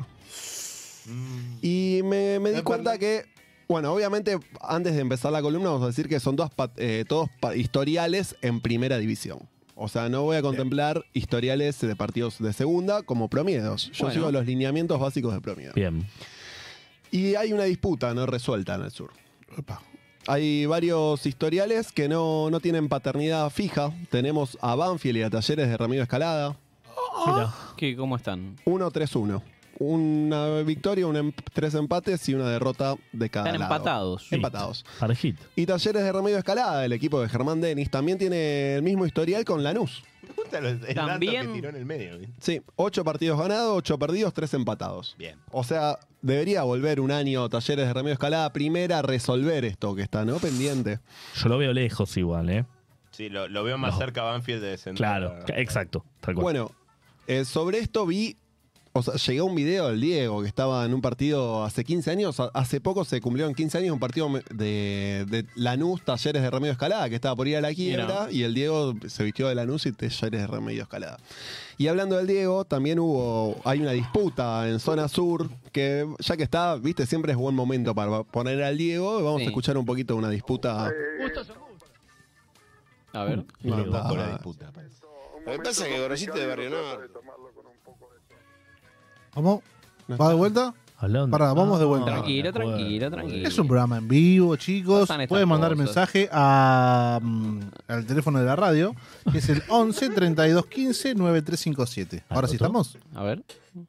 S4: Y me di cuenta que, bueno, obviamente antes de empezar la columna vamos a decir que son todos historiales en primera división. O sea, no voy a contemplar historiales de partidos de segunda como promiedos. Yo sigo los lineamientos básicos de promiedo.
S5: Bien.
S4: Y hay una disputa no resuelta en el sur. Hay varios historiales que no tienen paternidad fija. Tenemos a Banfield y a Talleres de Ramiro Escalada.
S5: Mira.
S3: ¿Cómo están?
S4: 1-3-1. Una victoria, 3 empates y una derrota de cada
S3: Están
S4: lado.
S3: empatados.
S4: Empatados.
S5: Parejito.
S4: Y Talleres de Remedio Escalada, el equipo de Germán Denis, también tiene el mismo historial con Lanús.
S2: Me gusta el dato
S3: También-
S2: que tiró en el medio. ¿viste?
S4: Sí, 8 partidos ganados, 8 perdidos, 3 empatados.
S2: Bien.
S4: O sea, debería volver un año Talleres de Remedio Escalada primera a resolver esto que está, ¿no? Pendiente.
S5: Yo lo veo lejos igual, ¿eh?
S2: Sí, lo veo más cerca a Banfield de descender.
S5: Claro, exacto. Tal cual.
S4: Bueno, sobre esto vi, o sea, llegué a un video del Diego que estaba en un partido hace 15 años. Hace poco se cumplió en 15 años un partido de Lanús, Talleres de Remedio Escalada, que estaba por ir a la quiebra.
S3: Mira.
S4: Y el Diego se vistió de Lanús y Talleres de Remedio Escalada. Y hablando del Diego, también hay una disputa en zona sur, que ya que está, viste, siempre es buen momento para poner al Diego. Vamos a escuchar un poquito una disputa.
S3: A ver.
S4: No,
S2: Un poco
S4: no,
S2: la disputa.
S15: Lo que pasa es que Gorosito de Barrio Norte.
S7: ¿Cómo? ¿Va de vuelta? Pará, vamos de vuelta.
S3: Tranquilo, tranquilo, tranquilo.
S7: Es un programa en vivo, chicos.
S3: Pasan estas
S7: Pueden mandar
S3: cosas.
S7: mensaje al teléfono de la radio, que es el 11 32 15 9357. Ahora sí estamos.
S3: A ver.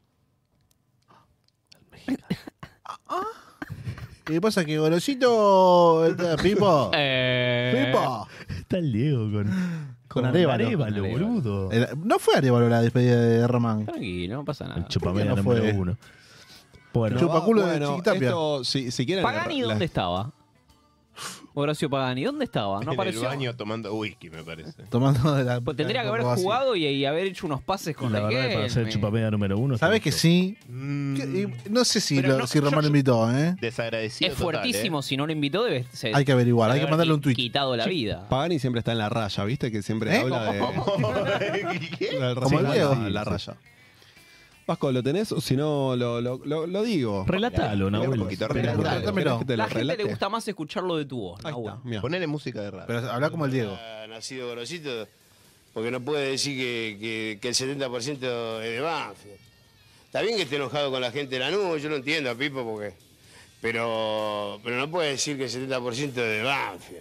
S7: ¿Qué pasa? Que Gorosito. Pipo. Pipo.
S5: Está el Diego
S7: Con Arévalo.
S5: boludo.
S7: No fue Arévalo la despedida de Román.
S3: Tranquilo, no pasa nada.
S5: El chupamela
S7: no fue?
S5: número 1. Bueno,
S7: Chupaculo de
S4: bueno,
S7: Chiquitapia.
S4: esto, si quieren.
S3: Pagani, ¿dónde estaba? Horacio Pagani, ¿dónde estaba? ¿No
S2: en el
S3: apareció?
S2: baño tomando whisky, me parece.
S7: Tomando de la.
S3: Pues tendría que haber
S7: así.
S3: jugado y haber hecho unos pases con
S5: la verdad, para ser el chupamela número 1.
S7: ¿Sabes que sí? No sé si,
S3: Pero
S7: si Román lo invitó, ¿eh?
S2: Desagradecido.
S3: Es fuertísimo, si no lo invitó debe ser.
S7: Hay que averiguar, hay que mandarle un tweet.
S3: Quitado la vida.
S4: Pagani siempre está en la raya, ¿viste? Que siempre habla de.
S7: Como el Diego.
S4: La raya. Vasco, ¿lo tenés? O si no, lo digo.
S5: Relatalo,
S4: Un
S5: Nahuel.
S4: poquito,
S7: Relatámelo.
S3: La gente le gusta más escucharlo de tu voz, Nahuel.
S2: Ponele música de radio.
S7: Pero habla como el Diego.
S15: Ha nacido Gorosito porque no puede decir que el 70% es de Banfield. Está bien que esté enojado con la gente de Lanús, yo lo entiendo, Pipo, porque... Pero no puede decir que el 70% es de Banfield.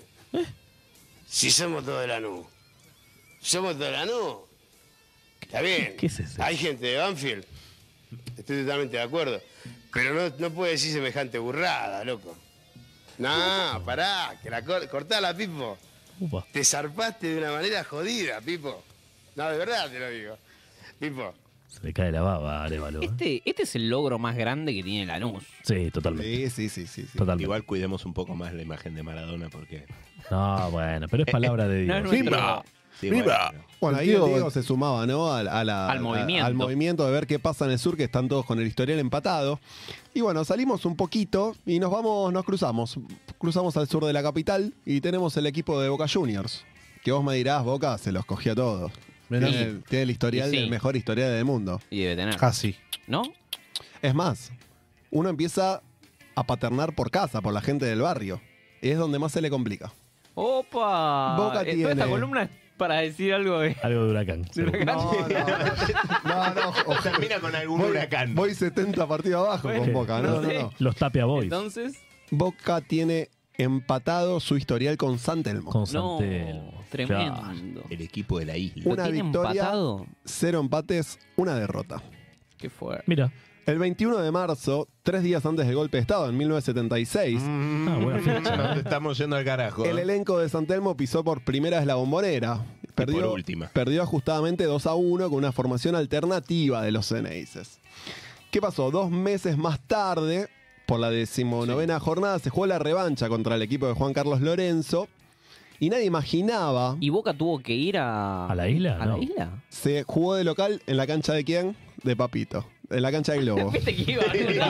S15: Si somos todos de Lanús. Somos todos de Lanús. Está bien.
S5: ¿Qué es eso?
S15: Hay gente de Banfield. Estoy totalmente de acuerdo. Pero no puede decir semejante burrada, loco. No, pará, que la cortala, Pipo.
S5: Upa.
S15: Te zarpaste de una manera jodida, Pipo. No, de verdad te lo digo. Pipo.
S5: Se le cae la baba, Arevalo.
S3: Este es el logro más grande que tiene Lanús.
S5: Sí, totalmente.
S4: Sí.
S5: Totalmente.
S2: Igual cuidemos un poco más la imagen de Maradona porque...
S5: No, bueno, pero es palabra de Dios.
S3: No es nuestro-
S2: Sí,
S7: ¡Viva!
S4: Bueno, ahí el Diego se sumaba, ¿no?
S3: Al movimiento.
S4: Al movimiento de ver qué pasa en el sur, que están todos con el historial empatado. Y bueno, salimos un poquito y nos cruzamos. Cruzamos al sur de la capital y tenemos el equipo de Boca Juniors. Que vos me dirás, Boca se los cogió a todos. Tiene el historial,
S3: Y sí.
S4: el mejor historial del mundo.
S3: Y debe tener.
S7: Casi.
S3: ¿No?
S4: Es más, uno empieza a paternar por casa, por la gente del barrio. Y es donde más se le complica.
S3: ¡Opa!
S4: Boca
S3: Toda
S4: tiene-
S3: esta columna es para decir algo de...
S5: Algo de huracán. seguro.
S4: No,
S2: O termina con algún huracán.
S4: Voy 70 partidos abajo con Boca. No.
S5: Los Tapia Boys.
S3: Entonces...
S4: Boca tiene empatado su historial con San Telmo.
S5: Con
S3: No,
S5: Santelmo.
S3: tremendo.
S2: El equipo de la isla.
S3: ¿Lo
S4: Una
S3: tiene
S4: victoria,
S3: empatado?
S4: 0 empates, una derrota.
S3: Qué fuerte.
S5: Mira.
S4: El 21 de marzo, 3 días antes del golpe de Estado, en 1976,
S5: buena fecha.
S2: Nos estamos yendo al carajo.
S4: el elenco de San Telmo pisó por primera vez la Bombonera.
S2: por última.
S4: Perdió ajustadamente 2-1 con una formación alternativa de los Ceneices. ¿Qué pasó? 2 meses más tarde por la 19ª jornada, se jugó la revancha contra el equipo de Juan Carlos Lorenzo. Y nadie imaginaba.
S3: ¿Y Boca tuvo que ir a
S5: la isla?
S3: ¿A la isla?
S4: Se jugó de local en la cancha de quién? De Papito. En la cancha de Globo.
S3: ¿Viste que iba?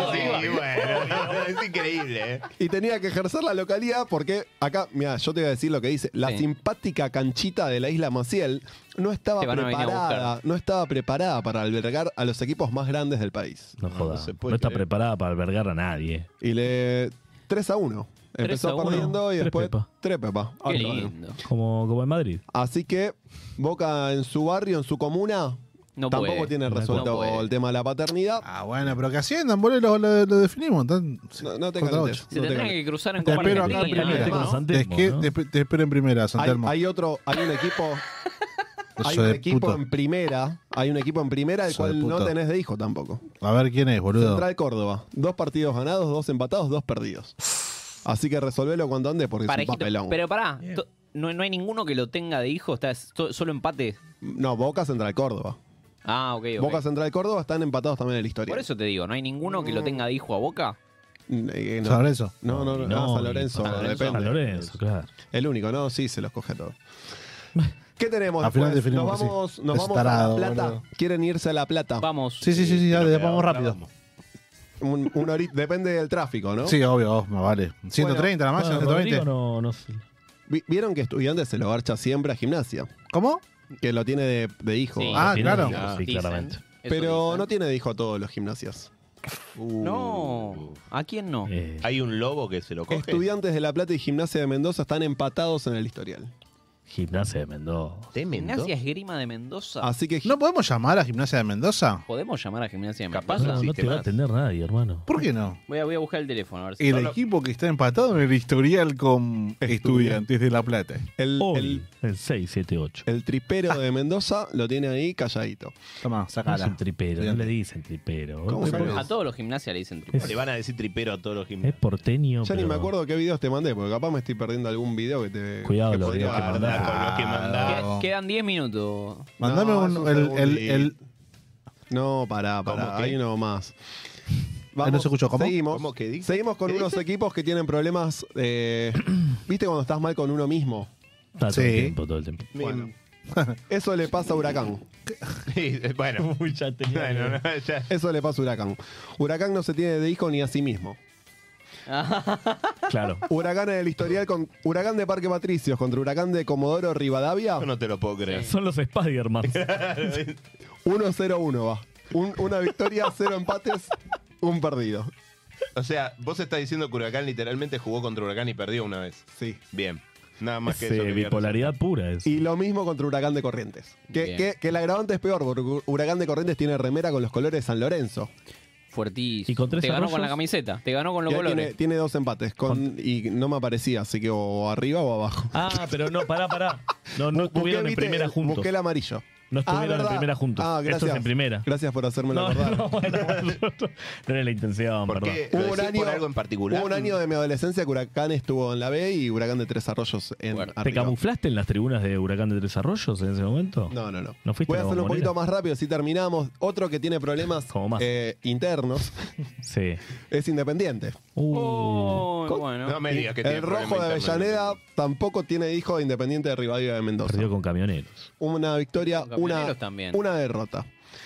S2: Es increíble, ¿eh?
S4: Y tenía que ejercer la localidad porque acá, mira, yo te voy a decir lo que dice. La simpática canchita de la Isla Maciel no estaba preparada para albergar a los equipos más grandes del país.
S5: No jodas. No está preparada para albergar a nadie.
S4: Y 3-1. Empezó perdiendo y después 3 pepas.
S3: Qué lindo.
S5: Como en Madrid.
S4: Así que Boca en su barrio, en su comuna, tampoco tiene resuelto el tema de la paternidad.
S7: Ah, bueno, pero que asciendan, boludo, lo definimos.
S4: No te calentes.
S3: Se tendrán que cruzar en
S7: Te
S3: Copa
S7: espero acá en primera. Te espero en primera, Santelmo.
S4: Hay un equipo. Hay un equipo en primera. Hay un equipo en primera el cual no tenés de hijo tampoco.
S7: A ver quién es, boludo.
S4: Central Córdoba. 2 partidos ganados, 2 empatados, 2 perdidos. Así que resolvelo cuando andes porque es un papelón.
S3: Pero pará, no hay ninguno que lo tenga de hijo, está solo empate.
S4: No, Boca, Central Córdoba.
S3: Ah, ok.
S4: Boca, Central Córdoba están empatados también en la historia.
S3: Por eso te digo, ¿no hay ninguno que lo tenga de hijo a Boca?
S4: No.
S7: ¿San Lorenzo?
S4: No, San Lorenzo, depende.
S5: San Lorenzo, claro.
S4: El único, ¿no? Sí, se los coge todo. ¿Qué tenemos
S7: Al final
S4: después?
S7: definimos
S4: Nos vamos a La Plata.
S7: Boludo.
S4: ¿Quieren irse a La Plata?
S3: Vamos.
S7: Sí, dale, vamos rápido.
S4: Una horita, depende del tráfico, ¿no?
S7: Sí, obvio, más vale. 130 la máxima, 120.
S5: No sé.
S4: ¿Vieron que Estudiantes se lo garcha siempre a Gimnasia?
S7: ¿Cómo?
S4: Que lo tiene de hijo.
S3: Sí,
S7: claro.
S5: Sí, claramente.
S4: Pero no tiene de hijo a todos los Gimnasias.
S3: No, ¿a quién no?
S2: Hay un lobo que se lo coge.
S4: Estudiantes de La Plata y Gimnasia de Mendoza están empatados en el historial.
S5: Gimnasia de Mendoza.
S3: Gimnasia Esgrima de Mendoza.
S4: Así que
S7: ¿No podemos llamar a Gimnasia de Mendoza?
S3: ¿Podemos llamar a Gimnasia de
S2: Capaz
S3: Mendoza?
S5: No te va a atender nadie, hermano.
S7: ¿Por qué no?
S3: Voy a buscar el teléfono a ver si...
S7: El equipo que está empatado en el historial con Estudiantes de La Plata.
S5: El 678.
S4: El tripero de Mendoza lo tiene ahí calladito.
S7: Toma,
S5: No
S7: sacala.
S5: es un tripero, no le dicen tripero.
S4: ¿Cómo se llama?
S3: A todos los Gimnasia le dicen tripero.
S2: Le van a decir tripero a todos los
S5: Es
S2: gimnasios.
S5: porteño.
S4: Ya ni
S5: pero-
S4: me acuerdo qué videos te mandé, porque capaz me estoy perdiendo algún video que te.
S5: Cuidado
S4: que
S5: los
S4: podría-
S5: videos que
S2: Guarda
S5: mandás.
S2: con lo que mandás.
S3: Quedan 10 minutos.
S7: Mandame
S4: No,
S7: un,
S4: es un
S7: el
S4: No, pará.
S2: ¿Cómo qué?
S4: Hay uno más.
S7: no se escuchó, ¿cómo?
S4: Seguimos.
S2: ¿Cómo que dice?
S4: Seguimos con
S2: ¿Qué
S4: unos
S2: dice?
S4: equipos que tienen problemas. ¿Viste cuando estás mal con uno mismo?
S5: Todo
S7: Sí.
S5: el tiempo, todo el tiempo.
S4: Bueno. Eso le pasa a Huracán.
S2: Sí, bueno.
S5: Ya tenía-
S2: Bueno, no, ya.
S4: Eso le pasa a Huracán. Huracán no se tiene de hijo ni a sí mismo.
S5: Claro.
S4: Huracán en el historial con Huracán de Parque Patricios contra Huracán de Comodoro Rivadavia.
S2: Yo no te lo puedo creer.
S5: Son los Spider-Man.
S4: 1-0-1 va. Una victoria, 0 empates, un perdido.
S2: O sea, vos estás diciendo que Huracán literalmente jugó contra Huracán y perdió una vez.
S4: Sí.
S2: Bien. Nada más que
S5: Es,
S2: eso. quería
S5: bipolaridad pura es.
S4: Y lo mismo contra Huracán de Corrientes.
S3: Bien.
S4: Que el agravante es peor, porque Huracán de Corrientes tiene remera con los colores de San Lorenzo.
S3: Fuertísimo.
S5: ¿Y con 3
S3: Te ganó con
S5: arroyos?
S3: la camiseta, te ganó con los
S4: Ya
S3: colores.
S4: tiene 2 empates y no me aparecía, así que o arriba o abajo.
S5: Ah, pero no, pará. No estuvieron en
S4: ¿viste?
S5: primera juntos.
S4: Busqué el amarillo.
S5: No estuvieron en
S4: ¿verdad?
S5: primera juntos.
S4: Gracias.
S5: Esto es en primera.
S4: Gracias por hacérmelo
S5: No,
S4: acordar.
S5: no era la intención,
S2: ¿Por
S5: perdón.
S2: qué?
S4: Hubo
S2: ¿Lo
S4: un
S2: decís
S4: año-
S2: por algo en particular?
S4: Hubo un año de mi adolescencia que Huracán estuvo en la B y Huracán de Tres Arroyos en
S3: Bueno,
S5: ¿Te
S4: arriba.
S5: camuflaste en las tribunas de Huracán de Tres Arroyos en ese momento?
S4: No.
S5: ¿No fuiste
S4: Voy a
S5: a la
S4: hacerlo un
S5: Bombonera?
S4: poquito más rápido, así terminamos. Otro que tiene problemas
S5: Como más.
S4: internos
S5: Sí.
S4: es Independiente.
S3: Oh, bueno.
S2: No me digas que tiene
S4: El Rojo de
S2: problema
S4: Avellaneda tampoco tiene hijo de Independiente de Rivadavia de Mendoza.
S5: Perdió con camioneros.
S4: Una victoria,
S3: Con Camioneros también.
S4: una derrota.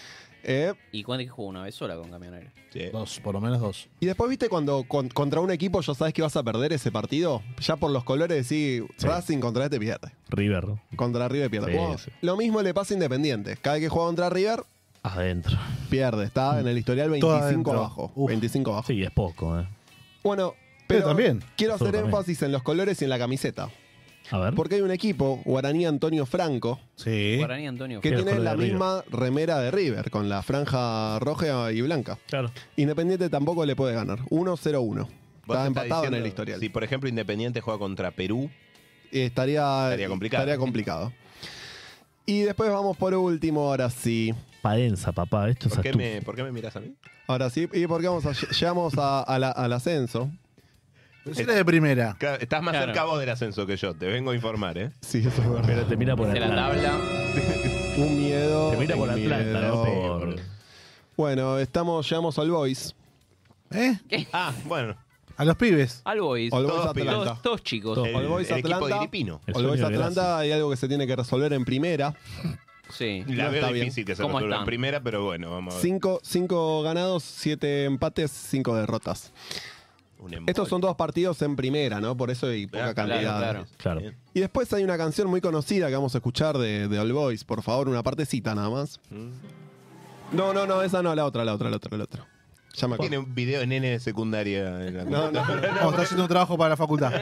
S3: ¿Y cuándo es que jugó una vez sola con Camioneros?
S2: Sí.
S7: Dos, por lo menos dos.
S4: Y después, ¿viste cuando contra un equipo ya sabes que vas a perder ese partido? Ya por los colores decís,
S5: Sí.
S4: Racing contra este pierde.
S5: River.
S4: Contra River pierde.
S5: Sí,
S4: Bueno,
S5: sí.
S4: Lo mismo le pasa a Independiente. Cada vez que juega contra River,
S5: Adentro.
S4: pierde. Está en el historial
S7: Todo
S4: 25
S7: adentro.
S4: abajo.
S7: Uf.
S4: 25 abajo.
S5: Sí, es poco,
S4: Bueno,
S7: Pero
S4: pero
S7: también.
S4: quiero
S5: Eso
S4: hacer
S5: también.
S4: énfasis en los colores y en la camiseta.
S5: A ver.
S4: Porque hay un equipo, Guaraní Antonio Franco,
S7: Sí.
S3: Guaraní Antonio.
S4: que
S5: Sí,
S4: tiene
S5: el color
S4: la
S5: de River.
S4: misma remera de River, con la franja roja y blanca.
S5: Claro.
S4: Independiente tampoco le puede ganar. 1-0-1.
S2: Vos
S4: Está
S2: te
S4: empatado
S2: estás
S4: en el
S2: diciendo,
S4: historial.
S2: Si, por ejemplo, Independiente juega contra Perú,
S4: Estaría
S2: complicado.
S4: Estaría complicado. Y después vamos por último, ahora sí.
S5: Paenza, papá. Esto es
S2: ¿por qué,
S5: astucia.
S2: ¿por qué me miras a mí?
S4: Ahora sí. Y porque llegamos al ascenso.
S7: Ese era de primera.
S2: Claro, estás más
S3: Claro.
S2: cerca vos del ascenso que yo, te vengo a informar, ¿eh?
S4: Sí, eso es verdad.
S5: Pero te mira por
S3: De la
S5: Atlanta.
S3: tabla.
S4: Un miedo.
S5: Te mira por
S4: un
S5: Atlanta,
S4: miedo.
S5: no por...
S4: Bueno, llegamos al Boys.
S3: ¿Qué?
S2: Ah, bueno.
S7: A los pibes.
S3: All Boys.
S4: All Boys Atlanta.
S3: Todos chicos.
S4: All Boys
S2: el equipo
S4: Atlanta.
S2: filipino.
S4: All Boys Atlanta hay algo que se tiene que resolver en primera.
S3: Sí.
S2: La
S4: No
S2: veo
S4: está bien.
S2: difícil que se
S3: ¿Cómo
S2: resuelva en
S3: están?
S2: primera, pero bueno, vamos a ver.
S4: 5 ganados, 7 empates, 5 derrotas.
S2: Un embole.
S4: Estos son 2 partidos en primera, ¿no? Por eso hay poca cantidad.
S5: Claro.
S4: Y después hay una canción muy conocida que vamos a escuchar de All Boys. Por favor, una partecita nada más. No, esa no, la otra. Ya me acuerdo.
S2: Tiene un video de nene de secundaria. En la
S4: No.
S7: Vamos, está haciendo un trabajo para la facultad.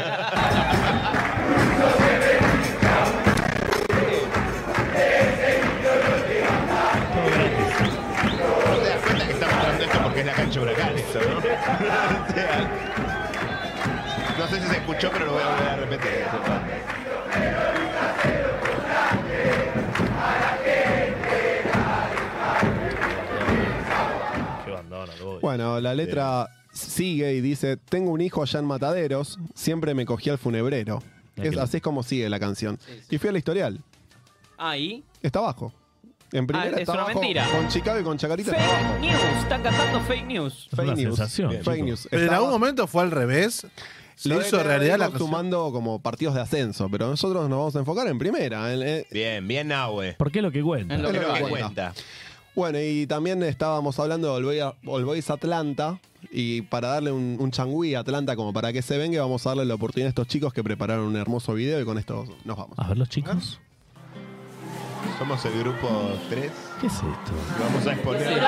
S2: No te das cuenta que está mostrando esto porque es la cancha Huracán, eso, ¿no? O sea, no sé si se escuchó, pero lo voy a volver a repetir.
S5: Qué bandona, All Boys.
S4: Bueno, la letra sigue y dice: tengo un hijo allá en Mataderos, siempre me cogí al funebrero. Así es como sigue la canción. Y fui al historial.
S3: Ahí.
S4: Está abajo. En primera
S3: es
S4: está
S3: una
S4: abajo.
S3: mentira.
S4: Con Chicago y con Chacarita está
S3: Fake
S4: abajo.
S3: news. Están cantando fake news.
S4: Fake
S5: una
S4: news.
S5: sensación,
S4: Fake
S5: chicos.
S4: news.
S7: Pero en algún momento fue al revés. Se hizo realidad la canción.
S4: sumando como partidos de ascenso, pero nosotros nos vamos a enfocar en primera.
S2: Bien, Nahue.
S5: ¿Por qué lo que cuenta?
S3: Es lo
S2: Creo que
S3: vale.
S2: cuenta.
S4: Bueno, y también estábamos hablando de All Boys Atlanta. Y para darle un changüí a Atlanta como para que se venga, vamos a darle la oportunidad a estos chicos que prepararon un hermoso video y con esto nos vamos.
S5: A ver los chicos.
S2: Somos el grupo 3.
S5: ¿Qué es esto?
S2: Y vamos a exponer.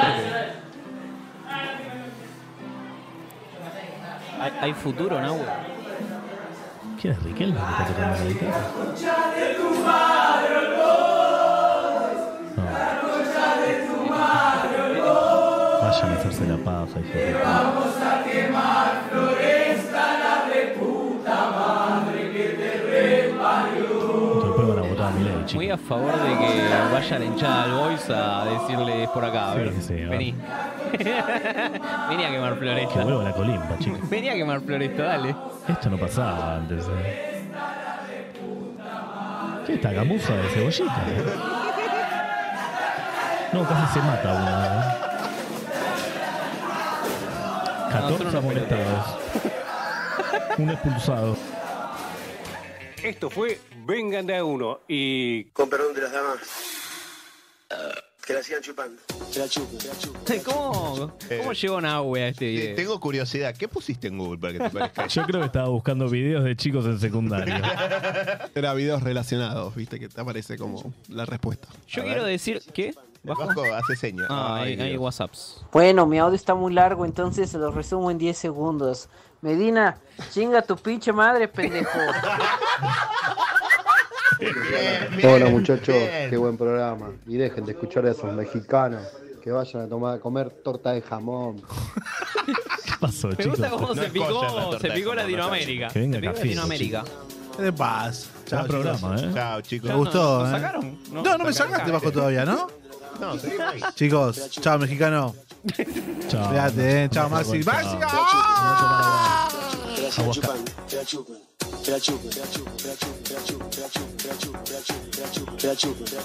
S3: ¿Hay futuro, ¿no, güey?
S5: ¿Quién es Riquelme que está tocando la guitarra? Vayan a hacerse la paja, hijo de puta.
S6: Vamos a quemar Floresta, la reputa madre que te reparió.
S5: Después van a votar a Milei, chicos.
S3: Muy a favor de que vaya la hinchada al Boys a decirles por acá. A ver,
S5: Sí, va.
S3: vení. Vení a quemar
S5: Que
S3: Floresta.
S5: vuelva la colimba, chicos.
S3: Vení a quemar Floresta, dale.
S5: Esto no pasaba antes. ¿Qué está? ¿Gamuza de cebollita? No, casi se mata uno. 14 amonestados. Un expulsado.
S16: Esto fue Vengan de a uno y...
S15: Con perdón de las damas. Que la sigan chupando. Que la chupen.
S3: ¿Cómo llegó Nahue a este video?
S2: Tengo curiosidad. ¿Qué pusiste en Google para que te parezca?
S5: Yo creo que estaba buscando videos de chicos en secundaria.
S4: Era videos relacionados, viste, que te aparece como la respuesta.
S3: Yo quiero decir que...
S2: Vasco hace señas.
S3: Hay
S2: Dios.
S3: WhatsApps.
S10: Bueno, mi audio está muy largo, entonces se lo resumo en 10 segundos. Medina, chinga tu pinche madre, pendejo.
S12: Hola muchachos, qué buen programa. Y dejen de escuchar a esos mexicanos que vayan a comer torta de jamón.
S5: ¿Qué pasó,
S3: Me
S5: chicos?
S3: gusta cómo
S2: No
S3: se
S2: es kosher la
S3: picó,
S2: torta
S3: se
S2: de
S3: picó
S2: jamón,
S3: Latinoamérica.
S5: Que venga
S3: Se picó
S5: Café,
S3: Latinoamérica.
S7: De paz.
S5: Buen programa, ¿eh?
S2: Chao, chicos.
S7: Me gustó,
S3: ¿Nos
S7: ¿eh?
S3: sacaron?
S7: No me sacaste bajo todavía, ¿no?
S2: No, seguimos ahí.
S7: Chicos, chao mexicano.
S5: Chao.
S7: Cuídate, chao Maxi.
S5: Chao.
S7: ¡Maxi!
S5: Chao.
S7: ¡Ah!
S15: Que la sigan chupando. Que la chupen. Que la chupen. Que la chupen. Que la chupen. Que la chupen. Que la chupen. Que la chupen. Que la chupen.